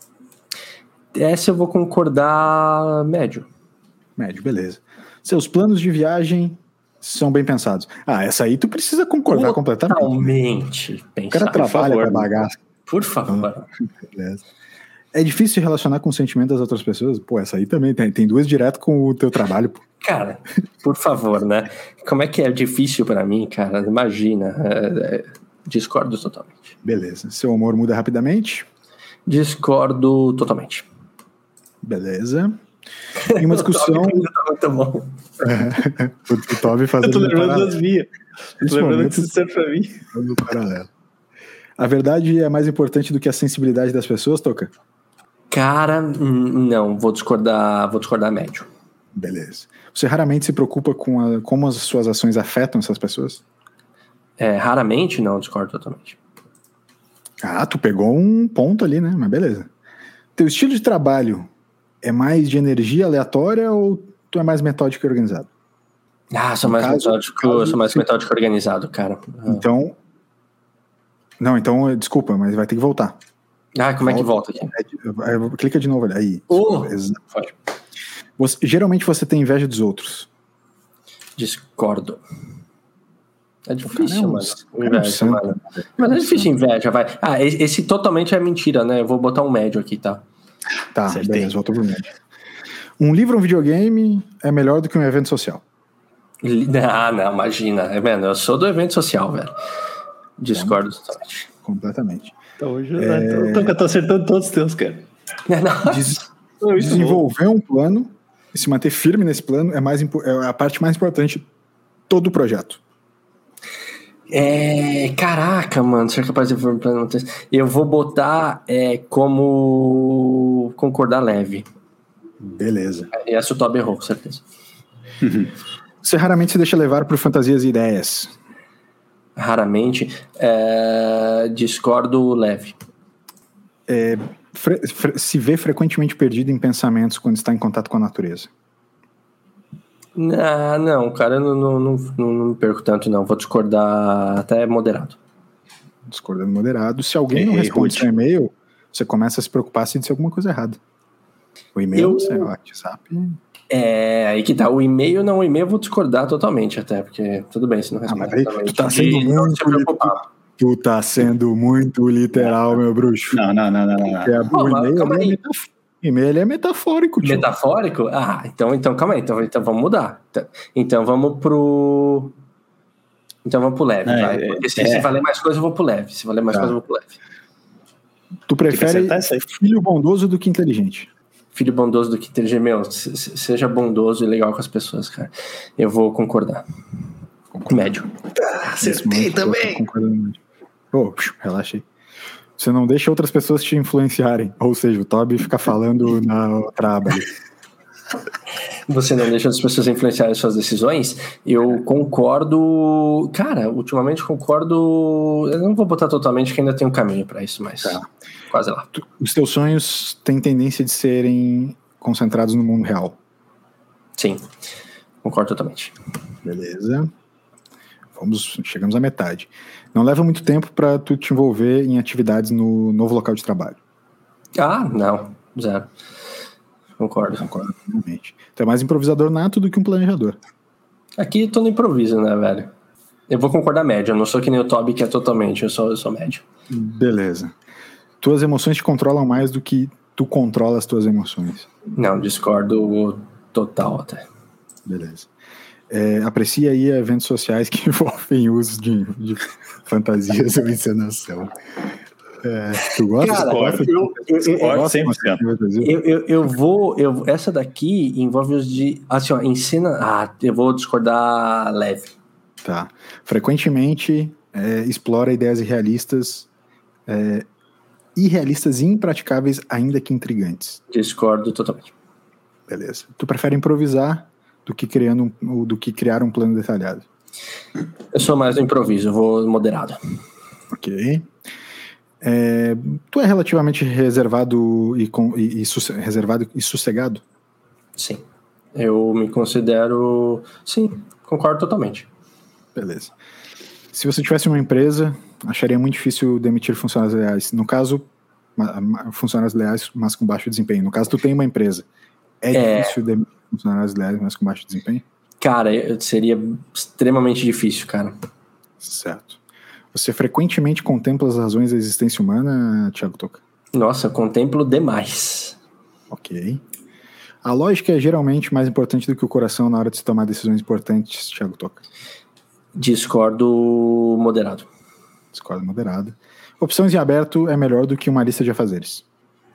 Essa eu vou concordar médio. Médio, beleza. Seus planos de viagem são bem pensados. Essa aí tu precisa concordar completamente. Totalmente pensado. O cara trabalha pra bagaça. Por favor. Beleza. É difícil se relacionar com o sentimento das outras pessoas? Pô, essa aí também tem duas direto com o teu trabalho. Pô. Cara, por favor, né? Como é que é difícil pra mim, cara? Imagina. Discordo totalmente. Beleza. Seu humor muda rapidamente? Discordo totalmente. Beleza. Em uma discussão... Tá muito bom. O Toby fazendo... Eu tô lembrando das minhas. Tô lembrando que isso serve pra mim. No paralelo. A verdade é mais importante do que a sensibilidade das pessoas, Toca? Cara, não. Vou discordar médio. Beleza. Você raramente se preocupa com como as suas ações afetam essas pessoas? Raramente, não. Discordo totalmente. Tu pegou um ponto ali, né? Mas beleza. Teu estilo de trabalho é mais de energia aleatória ou tu é mais metódico e organizado? Sou mais metódico e organizado, cara. Então... Não, então, desculpa, mas vai ter que voltar. Como é que volta aqui? Clica de novo, olha aí. Geralmente você tem inveja dos outros. Discordo. É difícil, mano. Inveja, mano. Mas é difícil inveja, vai. Esse totalmente é mentira, né? Eu vou botar um médio aqui, tá? Tá, beleza, voltou pro médio. Um livro ou um videogame é melhor do que um evento social? Não, imagina. Mano, eu sou do evento social, velho. Discordo totalmente. Completamente. Então hoje eu tô acertando todos os teus, cara. Desenvolver um plano e se manter firme nesse plano é a parte mais importante de todo o projeto. Caraca, mano, ser capaz de desenvolver um plano. Eu vou botar como concordar leve. Beleza. Essa o Toby errou, com certeza. Você raramente se deixa levar por fantasias e ideias? Raramente. Discordo leve. Se vê frequentemente perdido em pensamentos quando está em contato com a natureza? Não, cara, eu não me perco tanto, não. Vou discordar até moderado. Discordando moderado. Se alguém não responde seu e-mail, você começa a se preocupar se disser alguma coisa errada. O e-mail, o WhatsApp... Aí que tá. O e-mail eu vou discordar totalmente até, porque tudo bem se não responder. Mas tu tá sendo tu tá sendo muito literal, meu bruxo. Não. O e-mail é metafórico, tio. Metafórico? Então calma aí. Então vamos mudar. Então vamos pro leve, vai. Porque se valer mais coisa, eu vou pro leve. Se valer mais coisa, eu vou pro leve. Tu prefere filho bondoso do que inteligente? Filho bondoso do que inteligente. Meu, seja bondoso e legal com as pessoas, cara. Eu vou concordar. Médio. Acertei também. Relaxa aí. Você não deixa outras pessoas te influenciarem. Ou seja, o Toby fica falando na outra aba ali. Você não deixa as pessoas influenciarem suas decisões? Eu concordo. Cara, ultimamente concordo. Eu não vou botar totalmente, que ainda tem um caminho pra isso, mas quase lá. Os teus sonhos têm tendência de serem concentrados no mundo real? Sim, concordo totalmente. Beleza. Chegamos à metade. Não leva muito tempo pra tu te envolver em atividades no novo local de trabalho? Não. Zero. Concordo. Realmente. Tu é mais improvisador nato do que um planejador. Aqui eu tô no improviso, né, velho? Eu vou concordar médio, eu não sou que nem o Toby, que é totalmente, eu sou médio. Beleza. Tuas emoções te controlam mais do que tu controla as tuas emoções. Não, discordo total até. Beleza. Aprecia aí eventos sociais que envolvem uso de fantasias ou encenação. Tu gosta? Cara, essa daqui envolve os de, assim, ó, eu vou discordar leve. Tá. Frequentemente explora ideias irrealistas e impraticáveis, ainda que intrigantes. Discordo totalmente. Beleza. Tu prefere improvisar do que criar um plano detalhado? Eu sou mais do improviso, eu vou moderado. Ok. Tu é relativamente reservado e sossegado? Sim. Eu me considero... Sim, concordo totalmente. Beleza. Se você tivesse uma empresa, acharia muito difícil demitir funcionários leais. No caso, funcionários leais, mas com baixo desempenho. No caso, tu tem uma empresa. Difícil demitir funcionários leais, mas com baixo desempenho? Cara, seria extremamente difícil, cara. Certo. Você frequentemente contempla as razões da existência humana, Thiago Toca? Nossa, eu contemplo demais. Ok. A lógica é geralmente mais importante do que o coração na hora de se tomar decisões importantes, Thiago Toca? Discordo moderado. Discordo moderado. Opções em aberto é melhor do que uma lista de afazeres?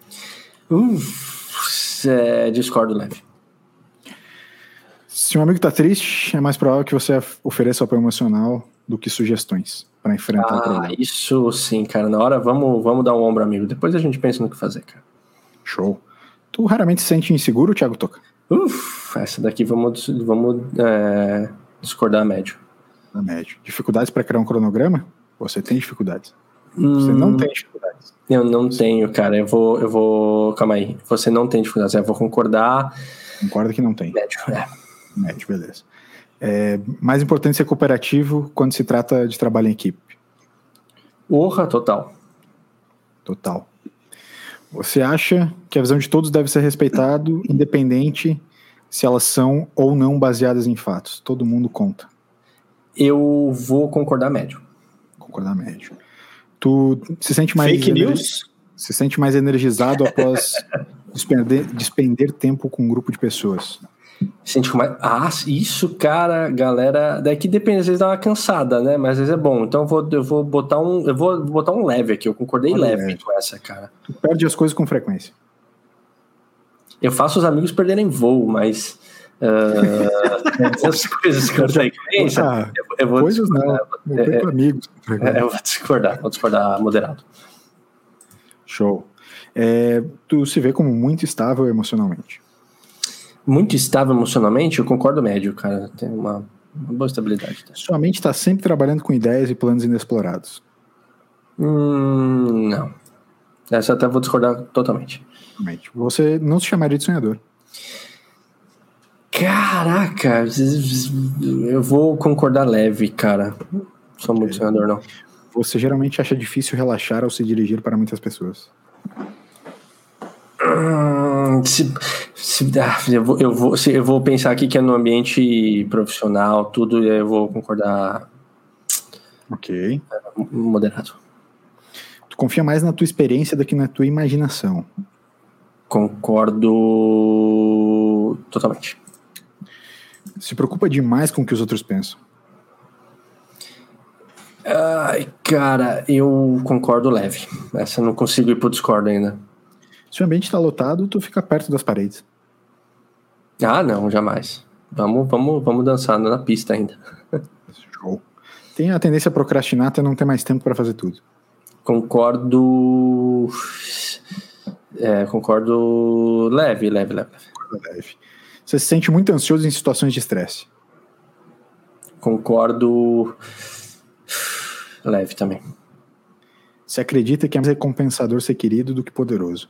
Discordo leve. Se um amigo tá triste, é mais provável que você ofereça apoio emocional do que sugestões para enfrentar o problema. Isso sim, cara. Na hora, vamos dar um ombro amigo. Depois a gente pensa no que fazer, cara. Show. Tu raramente se sente inseguro, Thiago Toca? Essa daqui vamos discordar médio. Médio. Dificuldades para criar um cronograma? Você tem dificuldades? Você não tem dificuldades? Eu não tenho, cara. Eu vou... Calma aí. Você não tem dificuldades. Eu vou concordar. Concorda que não tem? Médio, Médio, beleza. Mais importante ser cooperativo quando se trata de trabalho em equipe? Total. Total. Você acha que a visão de todos deve ser respeitada, independente se elas são ou não baseadas em fatos? Todo mundo conta. Eu vou concordar médio. Concordar médio. Tu se sente mais... Fake news? Se sente mais energizado após despender tempo com um grupo de pessoas? Sente mais... isso, cara, galera... Daqui depende, às vezes dá uma cansada, né? Mas às vezes é bom. Então eu vou botar um leve aqui. Eu concordei leve com essa, cara. Tu perde as coisas com frequência. Eu faço os amigos perderem voo, mas... essas coisas com frequência... eu vou coisas discordar. Não. Eu perco amigos. Eu vou discordar moderado. Show. Tu se vê como muito estável emocionalmente? Muito estável emocionalmente, eu concordo médio, cara. Tem uma boa estabilidade. Sua mente está sempre trabalhando com ideias e planos inexplorados? Não. Essa eu até vou discordar totalmente. Você não se chamaria de sonhador? Caraca, eu vou concordar leve, cara. Não sou muito sonhador, não. Você geralmente acha difícil relaxar ao se dirigir para muitas pessoas? Eu vou pensar aqui que é no ambiente profissional, tudo, e eu vou concordar. Ok. Moderado. Tu confia mais na tua experiência do que na tua imaginação? Concordo totalmente. Se preocupa demais com o que os outros pensam? Ai, cara, eu concordo leve. Essa eu não consigo ir pro discordo ainda. Se o ambiente está lotado, tu fica perto das paredes. Não, jamais. Vamos dançar na pista ainda. Show. Tem a tendência a procrastinar até não ter mais tempo para fazer tudo? Concordo leve. Você se sente muito ansioso em situações de estresse? Concordo leve também. Você acredita que é mais recompensador ser querido do que poderoso?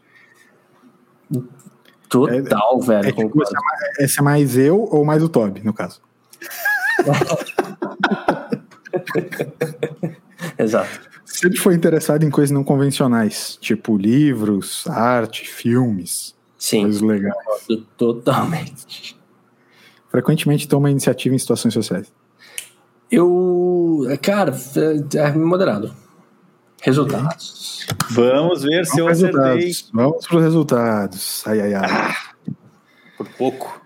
Total, velho. Tipo, esse é mais eu ou mais o Toby, no caso? Exato. Sempre foi interessado em coisas não convencionais, tipo livros, arte, filmes. Sim. Coisas legais. Totalmente. Frequentemente toma iniciativa em situações sociais. Cara, é moderado. Resultados. Vamos ver se eu acertei. Vamos para os resultados. Ai. Por pouco.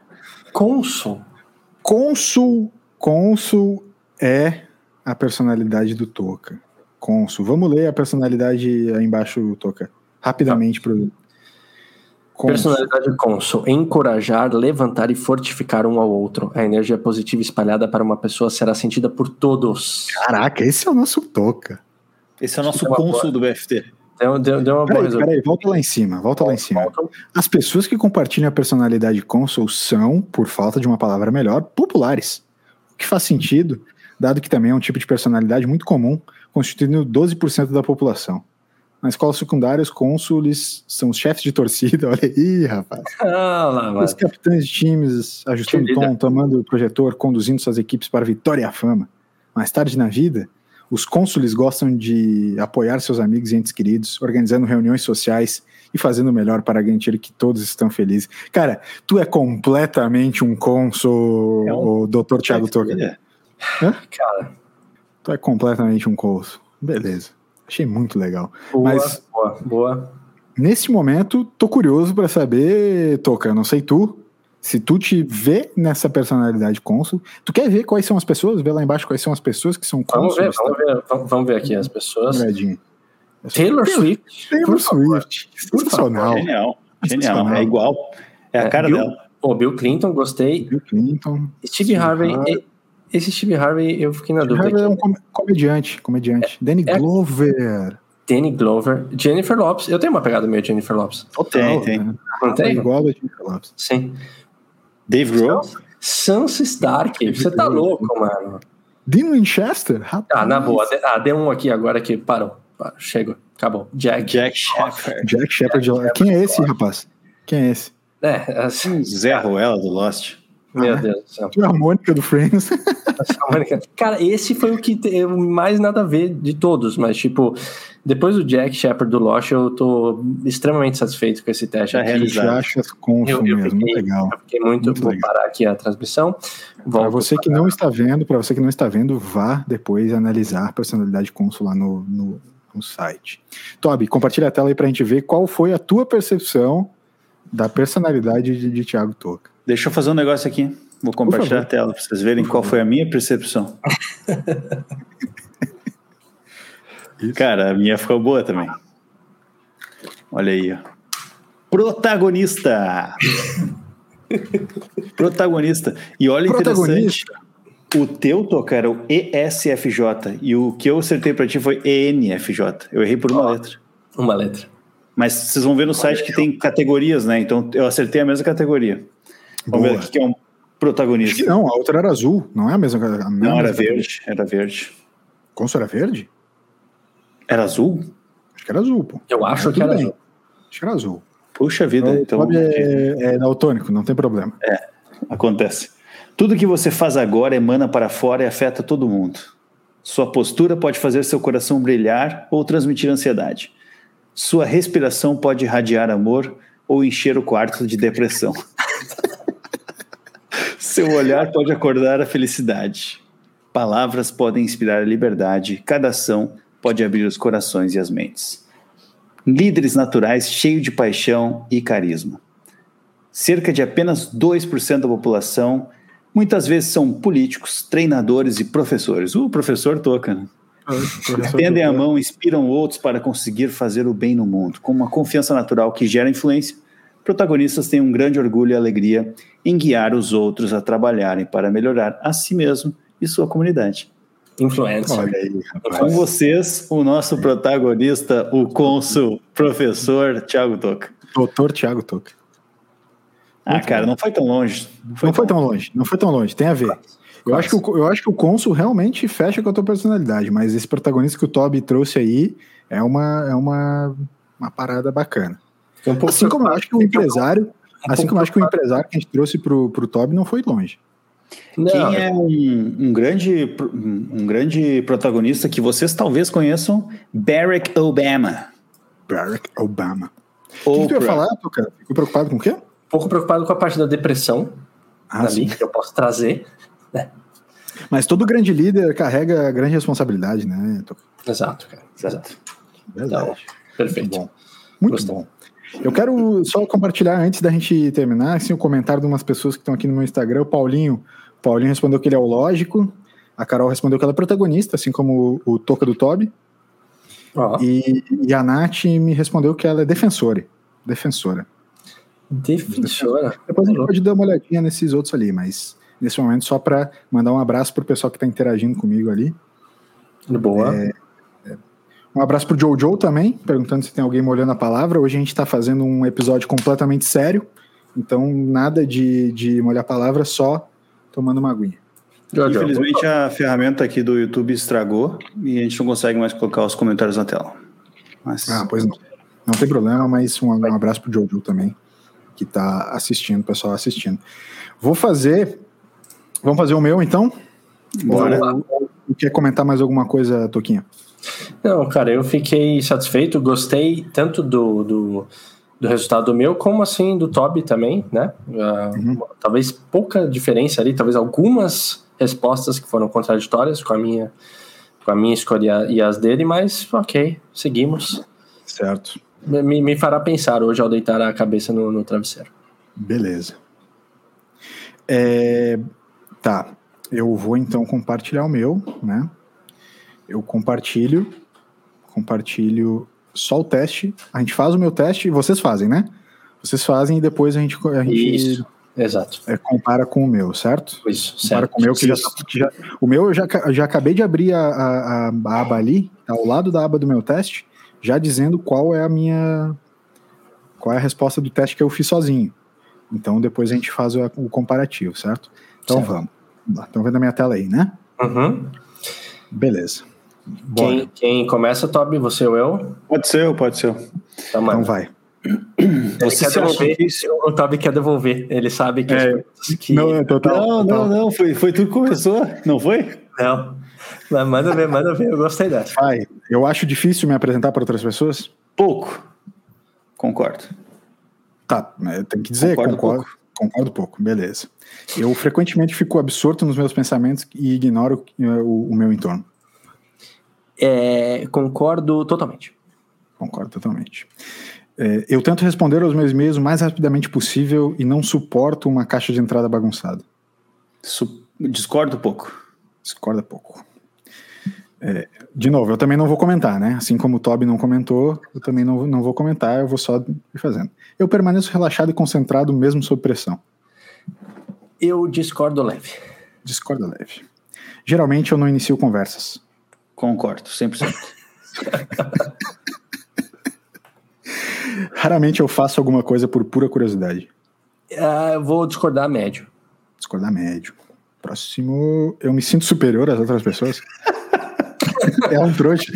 Cônsul é a personalidade do Toca. Cônsul. Vamos ler a personalidade aí embaixo, Toca. Rapidamente pro Personalidade cônsul. Encorajar, levantar e fortificar um ao outro. A energia positiva espalhada para uma pessoa será sentida por todos. Caraca, esse é o nosso Toca. Esse é o nosso cônsul do BFT. Deu uma boa resolução. Peraí, volta lá em cima. As pessoas que compartilham a personalidade cônsul são, por falta de uma palavra melhor, populares. O que faz sentido, dado que também é um tipo de personalidade muito comum, constituindo 12% da população. Na escola secundária, os cônsules são os chefes de torcida, olha aí, rapaz. Os capitães de times, ajustando o tom, tomando o projetor, conduzindo suas equipes para a vitória e a fama. Mais tarde na vida, os cônsules gostam de apoiar seus amigos e entes queridos, organizando reuniões sociais e fazendo o melhor para garantir que todos estão felizes. Cara, tu é completamente um cônsul, o Dr. Thiago Toca. Cara, tu é completamente um cônsul. Beleza. Achei muito legal. Boa. Nesse momento, tô curioso para saber, Toca, não sei tu, se tu te vê nessa personalidade cônsul, tu quer ver quais são as pessoas? Vê lá embaixo quais são as pessoas que são cônsules. Vamos ver aqui as pessoas. Taylor Swift. Sensacional. Genial. É igual. É a cara dela. Bill Clinton, gostei. Bill Clinton. Steve Harvey. Esse Steve Harvey, eu fiquei na dúvida. Steve Harvey é um comediante. Danny Glover. Jennifer Lopez. Eu tenho uma pegada meio Jennifer Lopez. Tem. Não tem? Igual a Jennifer Lopez. Sim. Dave Grohl. Sansa Stark. Você tá louco, mano. Dean Winchester? Rapaz. Na boa. Deu um aqui agora que parou. Chega. Acabou. Jack Shepard. Quem é esse, rapaz? Quem é esse? Zé Ruela do Lost. Meu Deus do céu. Tu é a Mônica do Friends. Cara, esse foi o que tem mais nada a ver de todos, mas tipo, depois do Jack Shepard do Lost, eu tô extremamente satisfeito com esse teste aqui. Já acho as cônsul mesmo, muito legal. Eu fiquei muito vou legal. Parar aqui a transmissão. Para você que não está vendo, vá depois analisar a personalidade cônsul lá no site. Toby, compartilha a tela aí pra gente ver qual foi a tua percepção da personalidade de Thiago Toca. Deixa eu fazer um negócio aqui. Vou compartilhar a tela para vocês verem qual foi a minha percepção. Cara, a minha ficou boa também. Olha aí, ó. Protagonista. E olha, interessante. O teu, Toca, era o ESFJ. E o que eu acertei para ti foi ENFJ. Eu errei por uma letra. Uma letra. Mas vocês vão ver no site que tem categorias, né? Então eu acertei a mesma categoria. Vamos ver o que é um protagonista. Acho que não, a outra era azul, não é a mesma? Não, era verde. Era verde. Cônsul era verde? Era azul? Acho que era azul, pô. Eu acho que era azul. Acho que era azul. Puxa vida. Então é daltônico, não tem problema. Acontece. Tudo que você faz agora emana para fora e afeta todo mundo. Sua postura pode fazer seu coração brilhar ou transmitir ansiedade. Sua respiração pode irradiar amor ou encher o quarto de depressão. Seu olhar pode acordar a felicidade. Palavras podem inspirar a liberdade. Cada ação pode abrir os corações e as mentes. Líderes naturais cheios de paixão e carisma. Cerca de apenas 2% da população muitas vezes são políticos, treinadores e professores. O professor Toca, né? Estendem a mão, inspiram outros para conseguir fazer o bem no mundo. Com uma confiança natural que gera influência, protagonistas têm um grande orgulho e alegria em guiar os outros a trabalharem para melhorar a si mesmo e sua comunidade. Influência. Olha aí, rapaz. Com vocês, o nosso protagonista, o cônsul, professor Thiago Toca. Doutor Thiago Toca. Cara, não foi tão longe. Não foi tão longe, tem a ver. Eu acho que o cônsul realmente fecha com a tua personalidade, mas esse protagonista que o Toby trouxe aí é uma parada bacana. Assim como eu acho que o empresário que a gente trouxe pro Toby não foi longe. Quem é um grande protagonista que vocês talvez conheçam? Barack Obama. Barack Obama. O que tu ia falar, cara? Ficou preocupado com o quê? Pouco preocupado com a parte da depressão ali, que eu posso trazer. Mas todo grande líder carrega grande responsabilidade, né? Exato, cara. Exato. Verdade. Então, perfeito. Muito bom. Eu quero só compartilhar, antes da gente terminar, assim, o comentário de umas pessoas que estão aqui no meu Instagram. O Paulinho respondeu que ele é o lógico. A Carol respondeu que ela é protagonista, assim como o Toca do Toby. E a Nath me respondeu que ela é defensora. Defensora. Depois a gente pode dar uma olhadinha nesses outros ali, mas nesse momento só para mandar um abraço pro pessoal que está interagindo comigo ali. Boa. Um abraço pro Jojo também, perguntando se tem alguém molhando a palavra. Hoje a gente está fazendo um episódio completamente sério, então nada de molhar a palavra, só tomando uma aguinha. Infelizmente a ferramenta aqui do YouTube estragou e a gente não consegue mais colocar os comentários na tela. Pois não. Não tem problema, mas um abraço pro Jojo também, que está assistindo, o pessoal assistindo. Vamos fazer o meu, então? Bora. Quer comentar mais alguma coisa, Toquinha? Não, cara, eu fiquei satisfeito, gostei tanto do resultado do meu, como assim do Toby também, né? Talvez pouca diferença ali, talvez algumas respostas que foram contraditórias com a minha escolha e as dele, mas ok, seguimos. Certo. Me fará pensar hoje ao deitar a cabeça no travesseiro. Beleza. Tá, eu vou então compartilhar o meu, né? Eu compartilho só o teste. A gente faz o meu teste e vocês fazem, né? Vocês fazem e depois a gente Isso, exato. Compara com o meu, certo? Isso, compara certo. com o meu, o meu eu já acabei de abrir a aba ali, ao lado da aba do meu teste, já dizendo qual é a resposta do teste que eu fiz sozinho. Então depois a gente faz o comparativo, certo? Então certo. Vamos. Estão vendo a minha tela aí, né? Uhum. Beleza. Quem começa, Toby? Você ou eu? Pode ser. Então vai. Você quer devolver, o Toby quer devolver. Ele sabe que... Não, total. Não. Foi tu que começou, não foi? Não. Manda ver. Eu gostei dessa. Vai. Eu acho difícil me apresentar para outras pessoas? Pouco. Concordo. Tá, tem que dizer, concordo pouco, beleza. Eu frequentemente fico absorto nos meus pensamentos e ignoro o meu entorno. Concordo totalmente. Eu tento responder aos meus e-mails o mais rapidamente possível e não suporto uma caixa de entrada bagunçada. Discordo pouco. Discorda pouco. De novo, eu também não vou comentar, né? Assim como o Toby não comentou, eu também não vou comentar, eu vou só ir fazendo. Eu permaneço relaxado e concentrado mesmo sob pressão. Eu discordo leve. Geralmente eu não inicio conversas. Concordo, 100%. Raramente eu faço alguma coisa por pura curiosidade. Eu vou discordar médio. Próximo, eu me sinto superior às outras pessoas. É um trouxa.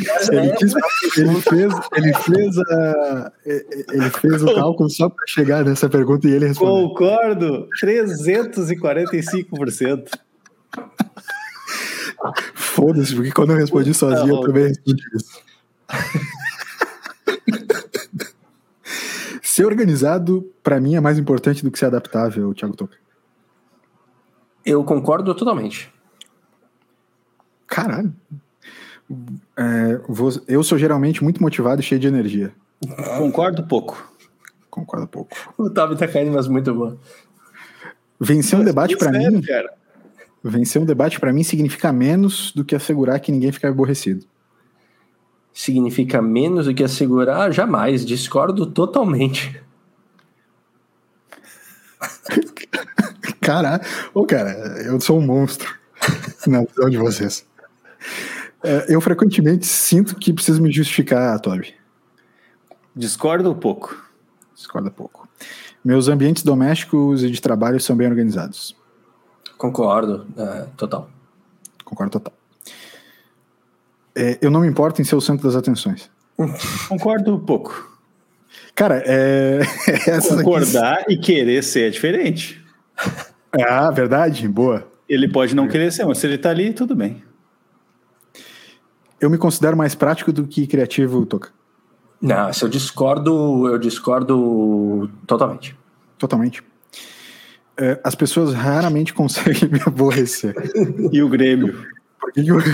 Ele fez o cálculo só para chegar nessa pergunta e ele respondeu. Concordo, 345%. Foda-se, porque quando eu respondi sozinho, eu também respondi isso. Ser organizado, para mim, é mais importante do que ser adaptável, Thiago Toca. Eu concordo totalmente. Caralho. Eu sou geralmente muito motivado e cheio de energia. Concordo pouco. O Toby tá caindo, mas muito bom. Vencer um debate para mim... Cara. Vencer um debate para mim significa menos do que assegurar que ninguém fica aborrecido. Significa menos do que assegurar? Jamais. Discordo totalmente. Cara, eu sou um monstro na visão de vocês. Eu frequentemente sinto que preciso me justificar, Toby. Discordo pouco. Meus ambientes domésticos e de trabalho são bem organizados. Concordo, total. Eu não me importo em ser o centro das atenções. Concordo pouco. Cara, concordar e querer ser é diferente. Verdade? Boa. Ele pode não querer ser, mas se ele tá ali, tudo bem. Eu me considero mais prático do que criativo, Toca. Não, se eu discordo totalmente. Totalmente. As pessoas raramente conseguem me aborrecer. E o Grêmio? Por que eu...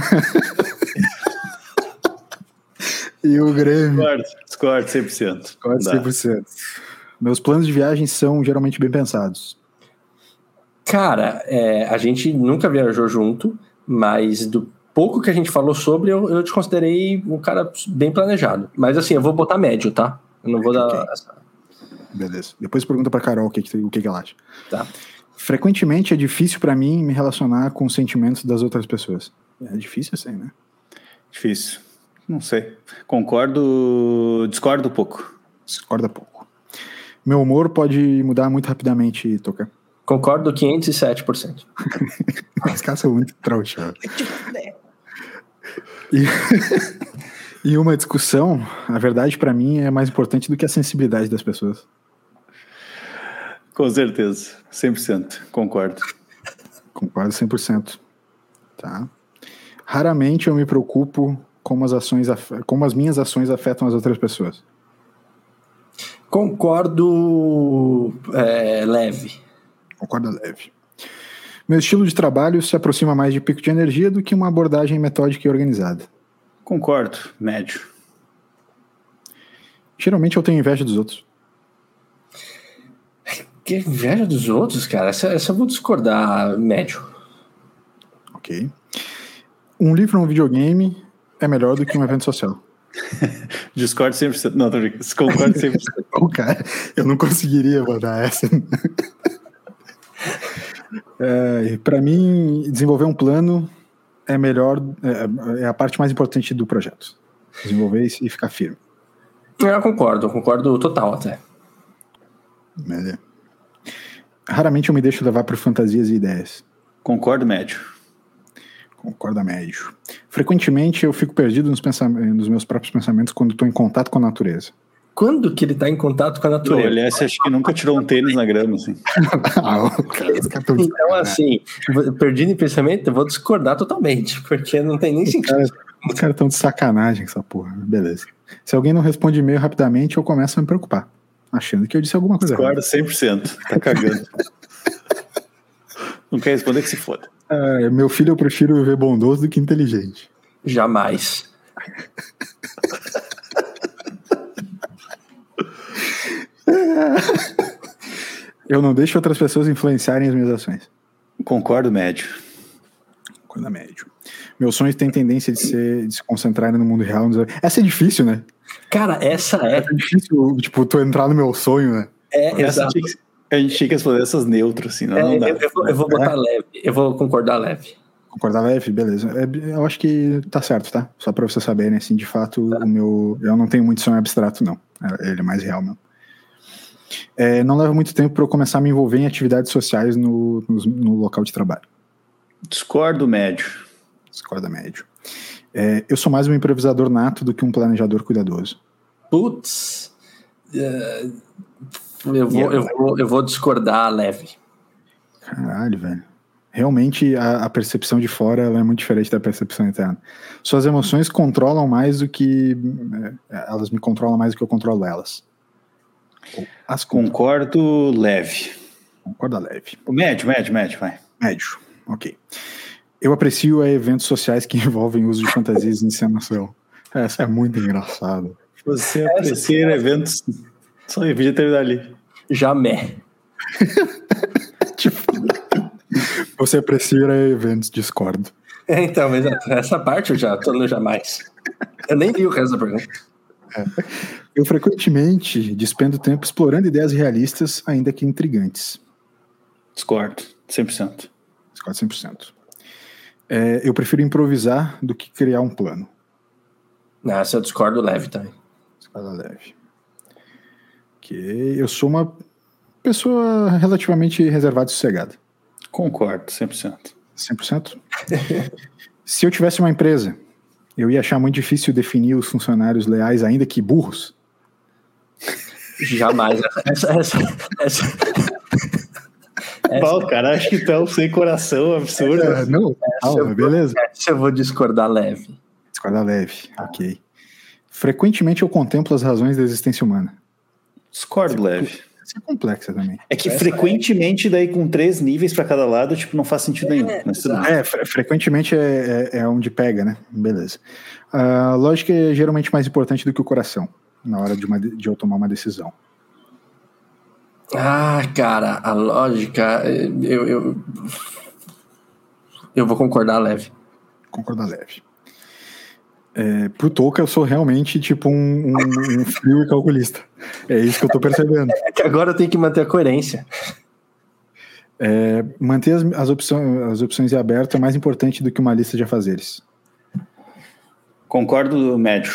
E o Grêmio? Discordo 100%. Discordo 100%. Meus planos de viagem são geralmente bem pensados. Cara, a gente nunca viajou junto, mas do pouco que a gente falou sobre, eu te considerei um cara bem planejado. Mas assim, eu vou botar médio, tá? Eu não vou dar... Beleza. Depois pergunta pra Carol o que ela acha. Tá. Frequentemente é difícil pra mim me relacionar com os sentimentos das outras pessoas. É difícil assim, né? Difícil. Não sei. Discordo um pouco. Discorda pouco. Meu humor pode mudar muito rapidamente, Toca. Concordo 507%. Os caras são muito trouxa. E uma discussão, a verdade pra mim é mais importante do que a sensibilidade das pessoas. Com certeza, 100%, concordo. Concordo 100%. Tá. Raramente eu me preocupo como as minhas ações afetam as outras pessoas. Concordo leve. Concordo leve. Meu estilo de trabalho se aproxima mais de pico de energia do que uma abordagem metódica e organizada. Concordo, médio. Geralmente eu tenho inveja dos outros. Que inveja dos outros, cara? Essa eu vou discordar, médio. Ok. Um livro ou um videogame é melhor do que um evento social. Discordo 100%. Não, tô brincando. Concordo 100%. Oh, cara, eu não conseguiria mandar essa. Para mim, desenvolver um plano é melhor, é a parte mais importante do projeto. Desenvolver e ficar firme. Eu concordo total até. Raramente eu me deixo levar por fantasias e ideias. Concordo, médio. Concorda, médio. Frequentemente eu fico perdido nos meus próprios pensamentos quando estou em contato com a natureza. Quando que ele está em contato com a natureza? Olha, acho que nunca tirou um tênis na grama, assim. Então, assim, perdido em pensamento, eu vou discordar totalmente, porque não tem nem sentido. Os caras estão de sacanagem com essa porra. Beleza. Se alguém não responde e-mail rapidamente, eu começo a me preocupar, achando que eu disse alguma coisa errada. Discordo 100%. Tá cagando. Não quer responder que se foda. Meu filho, eu prefiro ver bondoso do que inteligente. Jamais. Eu não deixo outras pessoas influenciarem as minhas ações. Concordo, médio. Concordo, médio. Meus sonhos têm tendência de se concentrarem no mundo real. Essa é difícil, né? Cara, essa é difícil, tipo, tu entrar no meu sonho, né? Exato. A gente tinha que responder essas neutras, assim, não dá. Eu vou botar leve, eu vou concordar leve. Concordar leve? Beleza. Eu acho que tá certo, tá? Só pra vocês saberem, assim, de fato, eu não tenho muito sonho abstrato, não. Ele é mais real mesmo. Não leva muito tempo pra eu começar a me envolver em atividades sociais no local de trabalho. Discordo, médio. Discorda, médio. Eu sou mais um improvisador nato do que um planejador cuidadoso. Putz... Eu vou discordar leve. Caralho, velho. Realmente a percepção de fora ela é muito diferente da percepção interna. Suas emoções controlam mais do que... elas me controlam mais do que eu controlo elas. Concordo leve. Concorda leve. Médio, vai. Médio, ok. Eu aprecio eventos sociais que envolvem uso de fantasias e encenação. Essa é muito engraçada. Você aprecia eventos... Só eu podia terminar ali. Jamais. Você aprecia eventos, discordo. Então, mas essa parte eu já tô no jamais. Eu nem li o resto da pergunta. Eu frequentemente despendo tempo explorando ideias realistas, ainda que intrigantes. Discordo, 100%. Discordo 100%. Eu prefiro improvisar do que criar um plano. Essa eu discordo leve também. Discordo leve. Eu sou uma pessoa relativamente reservada e sossegada. Concordo, 100%. 100%? Se eu tivesse uma empresa, eu ia achar muito difícil definir os funcionários leais, ainda que burros. O cara acha que tu é um sem coração absurdo. Beleza. Essa eu vou discordar leve. Discordar leve, ok. Frequentemente eu contemplo as razões da existência humana. Discordo leve. Isso é complexa também. É que frequentemente, daí com 3 níveis pra cada lado, tipo, não faz sentido nenhum. Frequentemente é onde pega, né? Beleza. A lógica é geralmente mais importante do que o coração na hora de eu tomar uma decisão. Cara, a lógica... Eu vou concordar leve. Concordar leve. Pro Tolkien eu sou realmente tipo um frio e calculista. É isso que eu tô percebendo. É que agora eu tenho que manter a coerência. Manter as opções em aberto é mais importante do que uma lista de afazeres. Concordo, médio.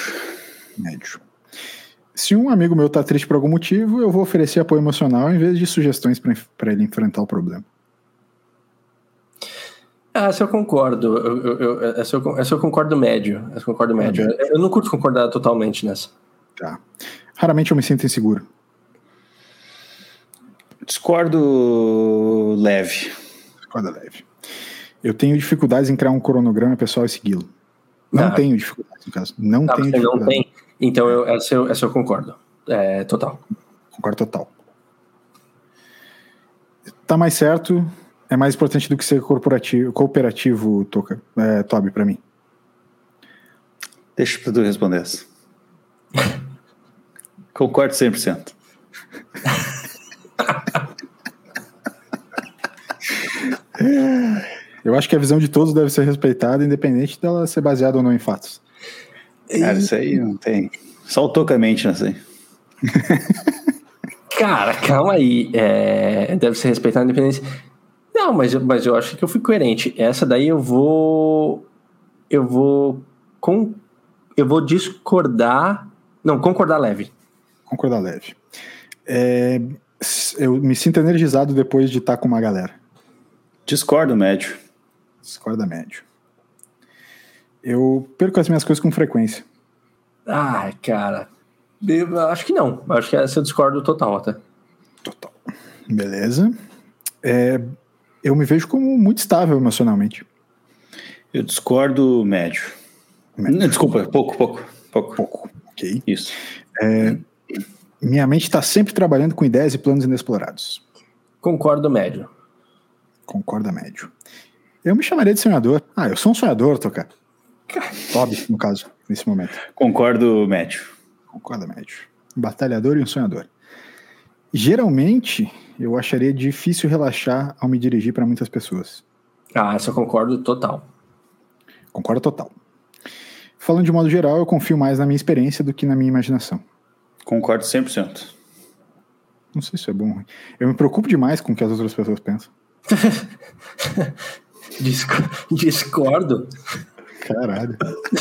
Se um amigo meu tá triste por algum motivo, eu vou oferecer apoio emocional em vez de sugestões para ele enfrentar o problema. Essa eu concordo. Essa eu concordo médio. Eu não curto concordar totalmente nessa. Tá. Raramente eu me sinto inseguro. Discordo leve. Eu tenho dificuldades em criar um cronograma pessoal e segui-lo. Não tenho dificuldades, no caso. Não tem? Então essa eu concordo. Total. Concordo total. Tá mais certo... É mais importante do que ser cooperativo, Toby, pra mim. Deixa pra tu responder essa. Concordo 100%. Eu acho que a visão de todos deve ser respeitada, independente dela ser baseada ou não em fatos. Cara, isso aí não tem... Só o Tocamente nessa aí. Cara, calma aí. Deve ser respeitada a independência... Não, mas eu acho que eu fui coerente. Essa daí eu vou discordar. Não, concordar leve. Concordar leve. Eu me sinto energizado depois de estar com uma galera. Discordo médio. Eu perco as minhas coisas com frequência. Cara. Eu acho que não. Eu acho que essa eu discordo total até. Total. Beleza. Eu me vejo como muito estável emocionalmente. Eu discordo médio. Desculpa, pouco. Ok. Isso. Minha mente está sempre trabalhando com ideias e planos inexplorados. Concordo médio. Concorda médio. Eu me chamaria de sonhador. Eu sou um sonhador, Toca. Toby, no caso, nesse momento. Concordo médio. Concorda médio. Um batalhador e um sonhador. Geralmente, eu acharia difícil relaxar ao me dirigir para muitas pessoas. Essa eu concordo total. Concordo total. Falando de modo geral, eu confio mais na minha experiência do que na minha imaginação. Concordo 100%. Não sei se é bom. Eu me preocupo demais com o que as outras pessoas pensam. Discordo. Caralho.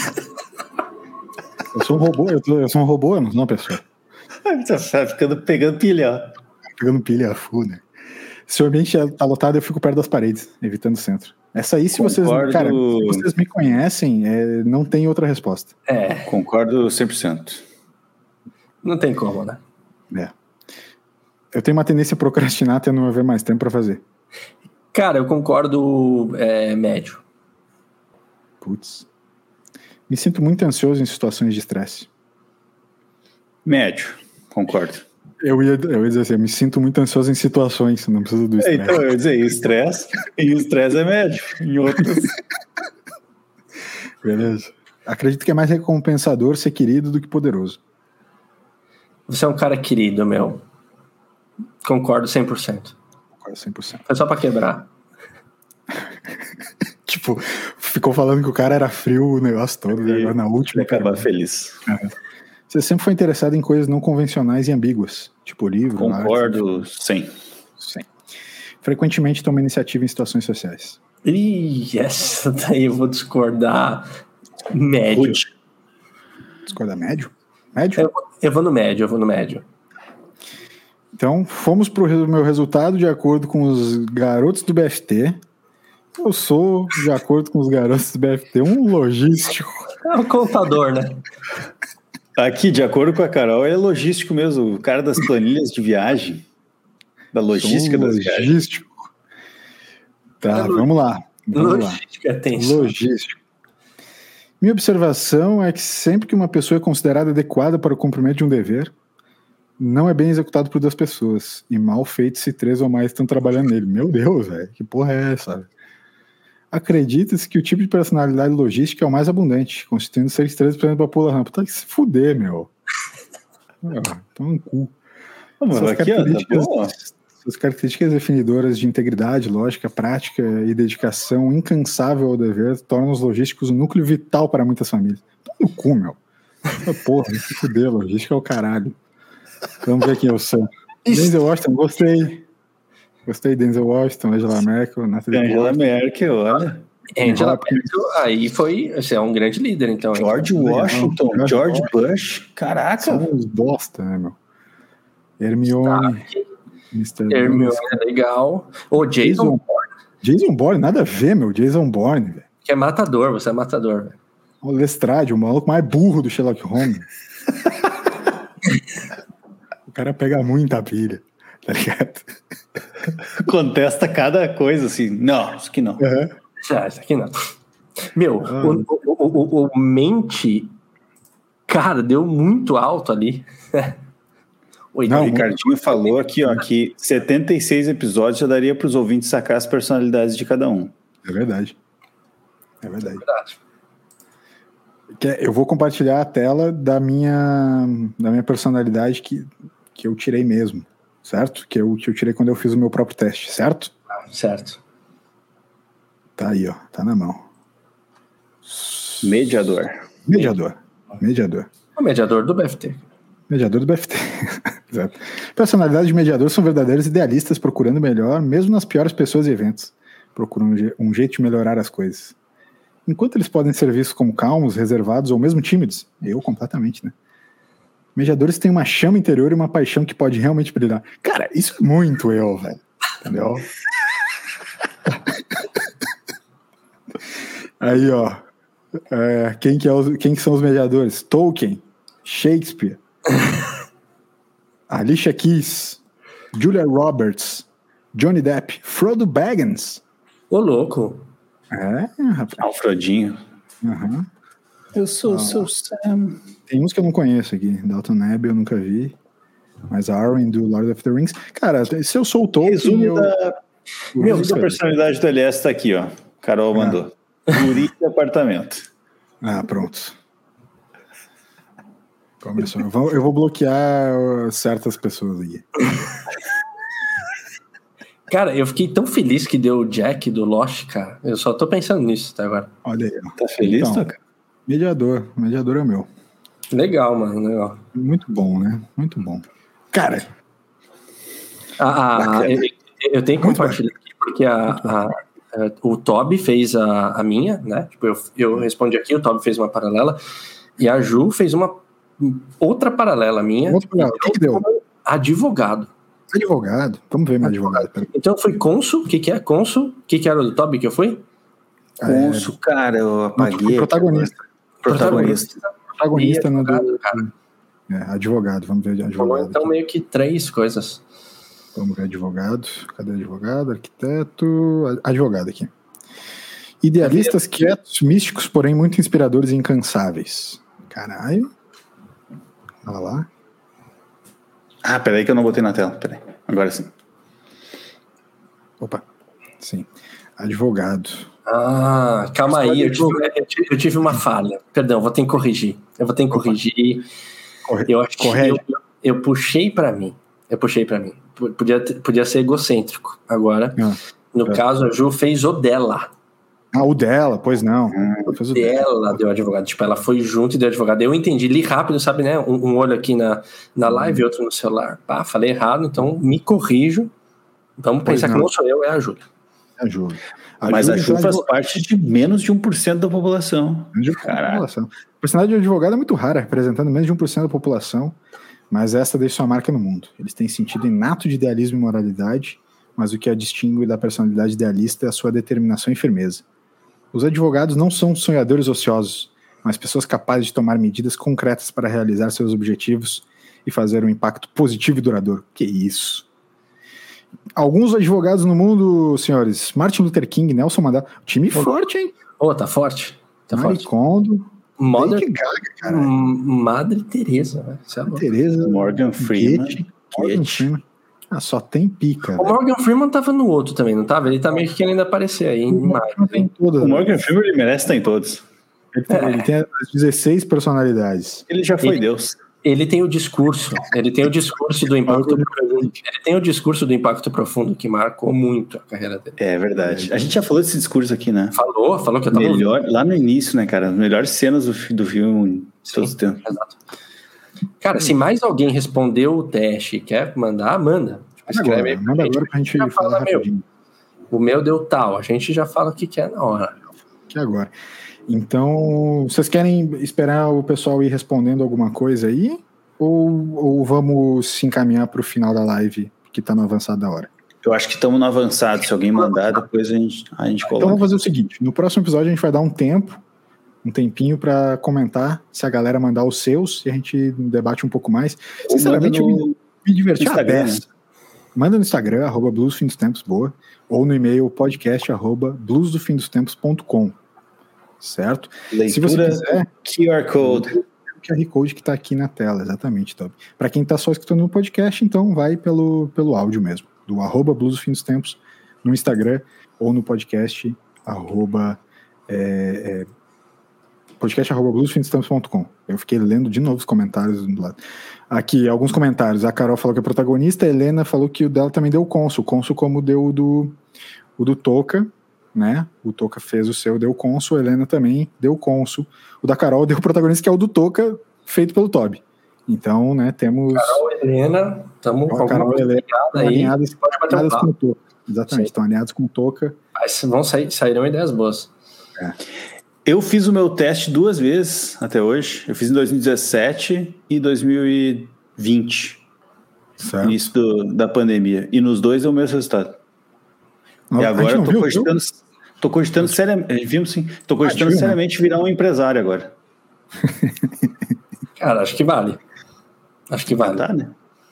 Eu sou um robô, eu não sou uma pessoa. Você tá pegando pilha, ó. Pegando pilha, foda. Se o ambiente tá lotado, eu fico perto das paredes, evitando o centro. Essa aí, se vocês me conhecem, não tem outra resposta. Concordo 100%. Não tem como, né? Eu tenho uma tendência a procrastinar até não haver mais tempo pra fazer. Cara, eu concordo médio. Putz. Me sinto muito ansioso em situações de estresse. Médio. Concordo. Eu ia dizer assim, eu me sinto muito ansioso em situações, não preciso do estresse. Então, eu ia dizer, e o estresse é médio, em outros. Beleza. Acredito que é mais recompensador ser querido do que poderoso. Você é um cara querido, meu. Concordo 100%. Concordo 100%. Foi só pra quebrar. Tipo, ficou falando que o cara era frio o negócio todo, e agora na última... acabar feliz. Você sempre foi interessado em coisas não convencionais e ambíguas, tipo livro, Concordo, arte, sim. Frequentemente toma iniciativa em situações sociais. Essa daí eu vou discordar médio. Discordar médio? Médio? Eu vou no médio. Então, fomos pro meu resultado de acordo com os garotos do BFT. Eu sou, de acordo com os garotos do BFT, um logístico. É um contador, né? Aqui, de acordo com a Carol, é logístico mesmo. O cara das planilhas de viagem. Da logística das viagens. Tá, vamos lá. Logística, atenção. Logística. Minha observação é que sempre que uma pessoa é considerada adequada para o cumprimento de um dever, não é bem executado por 2 pessoas, e mal feito se 3 ou mais estão trabalhando nele. Meu Deus, velho, que porra é essa? Acredita-se que o tipo de personalidade logística é o mais abundante, constituindo 6,13% da população. Puta que se fuder, meu. Toma no cu. Suas características definidoras de integridade, lógica, prática e dedicação incansável ao dever tornam os logísticos um núcleo vital para muitas famílias. Toma no cu, meu. Porra, se fuder, logística é o caralho. Vamos ver quem eu sou. Denzel Washington, gostei. Gostei, Denzel Washington, Angela Merkel, Angela Merkel, olha. Angela Merkel, aí foi. Você é um grande líder, então. George Washington, George Bush. Caraca. São uns bosta, né, meu? Hermione. Hermione é legal. O Jason Bourne. Jason Bourne, nada a ver, meu. Jason Bourne, velho. Que é matador, você é matador, velho. O Lestrade, o maluco mais burro do Sherlock Holmes. O cara pega muita pilha, tá ligado? Contesta cada coisa, assim. Não, isso aqui não. Uhum. Isso aqui não. Meu, o mente, cara, deu muito alto ali. O Ricardinho falou aqui, ó, que 76 episódios já daria para os ouvintes sacar as personalidades de cada um. É verdade. Eu vou compartilhar a tela da minha personalidade que eu tirei mesmo, certo? Que eu tirei quando eu fiz o meu próprio teste, certo? Certo. Tá aí, ó. Tá na mão. Mediador. O mediador do BFT. Mediador do BFT. Exato. Personalidades de mediador são verdadeiros idealistas procurando melhor, mesmo nas piores pessoas e eventos. Procuram um jeito de melhorar as coisas. Enquanto eles podem ser vistos como calmos, reservados ou mesmo tímidos, eu completamente, né? Mediadores têm uma chama interior e uma paixão que pode realmente brilhar. Cara, isso é muito eu, velho. Entendeu? Aí, ó. Quem que são os mediadores? Tolkien, Shakespeare, Alicia Keys, Julia Roberts, Johnny Depp, Frodo Baggins. Ô, louco. Rapaz. Alfredinho. Uhum. Eu sou o seu Sam. Tem uns que eu não conheço aqui. Dalton Abbey eu nunca vi. Mas a Arwen do Lord of the Rings. Cara, se eu sou o Tolkien... Meu, a personalidade do LS tá aqui, ó. Carol mandou. Guri de apartamento. Pronto. Começou. Eu vou bloquear certas pessoas aqui. Cara, eu fiquei tão feliz que deu o Jack do Lost, cara. Eu só tô pensando nisso até agora. Olha aí. Tá feliz, então, cara? Mediador é o meu. Legal, mano, legal. Muito bom, né? Muito bom. Cara. Eu tenho que compartilhar aqui, porque o Toby fez a minha, né? Tipo, eu respondi aqui, o Toby fez uma paralela, e a Ju fez uma outra paralela minha. Outra paralela. O que deu? Advogado. Vamos ver meu advogado. Então foi cônsul. O que é cônsul? O que era o do Toby que eu fui? Cônsul, cara, eu apaguei. Protagonista Protagonista no do cara. Advogado, vamos ver de advogado. Então, meio que 3 coisas. Vamos ver advogado. Cadê advogado? Arquiteto. Advogado aqui. Idealistas quietos, místicos, porém muito inspiradores e incansáveis. Caralho. Olha lá. Peraí que eu não botei na tela. Peraí. Agora sim. Opa. Sim. Advogado. Calma aí. Eu tive uma falha. Perdão, vou ter que corrigir. Eu acho que eu puxei pra mim. Podia ser egocêntrico. Agora, no caso, a Ju fez o dela. O dela, pois não. O dela deu advogado. Tipo, ela foi junto e deu advogado. Eu entendi, li rápido, sabe, né? Um olho aqui na live e outro no celular. Falei errado, então me corrijo. Vamos pensar que não sou eu, é a Júlia. Mas a Ju faz parte de menos de 1% da população. A personalidade de advogado é muito rara, representando menos de 1% da população, mas essa deixa sua marca no mundo. Eles têm sentido inato de idealismo e moralidade, mas o que a distingue da personalidade idealista é a sua determinação e firmeza. Os advogados não são sonhadores ociosos, mas pessoas capazes de tomar medidas concretas para realizar seus objetivos e fazer um impacto positivo e duradouro. Que isso? Alguns advogados no mundo, senhores. Martin Luther King, Nelson Mandela. Time forte, hein? Tá forte. Tá Marie forte. Kondo. Lady Gaga, cara. Madre Teresa, velho. Teresa. Morgan Freeman. Morgan Freeman. Só tem pica. O Morgan Freeman tava no outro também, não tava? Ele tá meio que querendo aparecer aí. O Morgan Freeman, ele merece estar em todos. Ele tem as 16 personalidades. Ele já foi Deus. Ele tem o discurso do impacto profundo. Ele tem o discurso do impacto profundo que marcou muito a carreira dele. É verdade. A gente já falou desse discurso aqui, né? Falou que eu tava melhor lá no início, né, cara? As melhores cenas do filme de todos os tempos. Exato. Cara, se mais alguém respondeu o teste e quer mandar, manda. Escreve aí. Manda agora pra gente falar rapidinho. O meu deu tal, a gente já fala o que quer na hora. Que agora. Então, vocês querem esperar o pessoal ir respondendo alguma coisa aí? Ou vamos se encaminhar para o final da live, que está no avançado da hora? Eu acho que estamos no avançado. Se alguém mandar, depois a gente coloca. Então vamos fazer o seguinte: no próximo episódio a gente vai dar um tempinho para comentar, se a galera mandar os seus, e a gente debate um pouco mais. Sinceramente, eu me diverti a beça. Manda no Instagram, @bluesfindostempos, boa, ou no e-mail podcast@bluesdofindostempos.com. Certo? Leitura, se você quiser, QR Code. O QR Code que está aqui na tela, exatamente, Toby. Para quem está só escutando no podcast, então vai pelo áudio mesmo, do @bluesdofindostempos no Instagram ou no podcast podcast@bluesfindostempos.com. Eu fiquei lendo de novo os comentários do lado. Aqui, alguns comentários. A Carol falou que é protagonista, a Helena falou que o dela também deu o Consul como deu o do Toca, né? O Toca fez o seu, deu o Consul, a Helena também deu o Consul. O da Carol deu o protagonista, que é o do Toca, feito pelo Toby. Então, né, temos... Carol e Helena, estamos com Carol e Helena alinhadas com o Toca. Exatamente, estão alinhados com o Toca. Mas sairão ideias boas. Eu fiz o meu teste 2 vezes até hoje. Eu fiz em 2017 e 2020. Certo. Início da pandemia. E nos dois é o mesmo resultado. E agora tô cogitando seriamente. Vimos sim. Tô cogitando seriamente virar um empresário agora. Cara, acho que vale. Tá, né?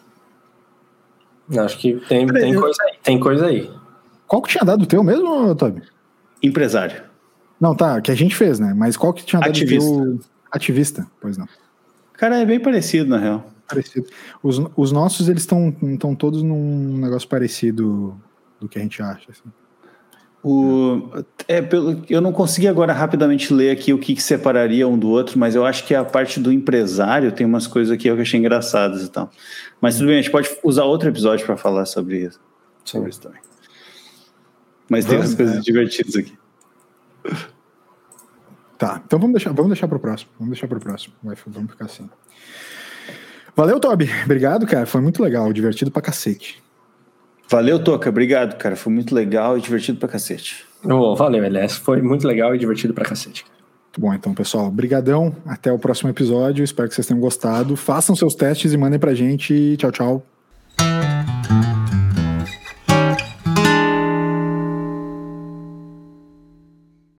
Acho que tem coisa aí. Qual que tinha dado o teu mesmo, Toby? Empresário. Não, tá, que a gente fez, né? Mas qual que tinha dado Ativista. o teu... Ativista? Pois não. Cara, é bem parecido, na real. Parecido. Os nossos, eles estão todos num negócio parecido do que a gente acha, assim. Eu não consegui agora rapidamente ler aqui o que separaria um do outro, mas eu acho que a parte do empresário tem umas coisas aqui que eu achei engraçadas e tal. Mas tudo bem, a gente pode usar outro episódio para falar sobre isso. Sobre isso também. Mas tem umas coisas divertidas aqui. Tá, então vamos deixar pro próximo. Vamos ficar assim. Valeu, Toby. Obrigado, cara. Foi muito legal, divertido pra cacete. Valeu, Toca. Obrigado, cara. Foi muito legal e divertido pra cacete. Valeu, LS. Foi muito legal e divertido pra cacete. Muito bom, então, pessoal. Brigadão. Até o próximo episódio. Espero que vocês tenham gostado. Façam seus testes e mandem pra gente. Tchau, tchau.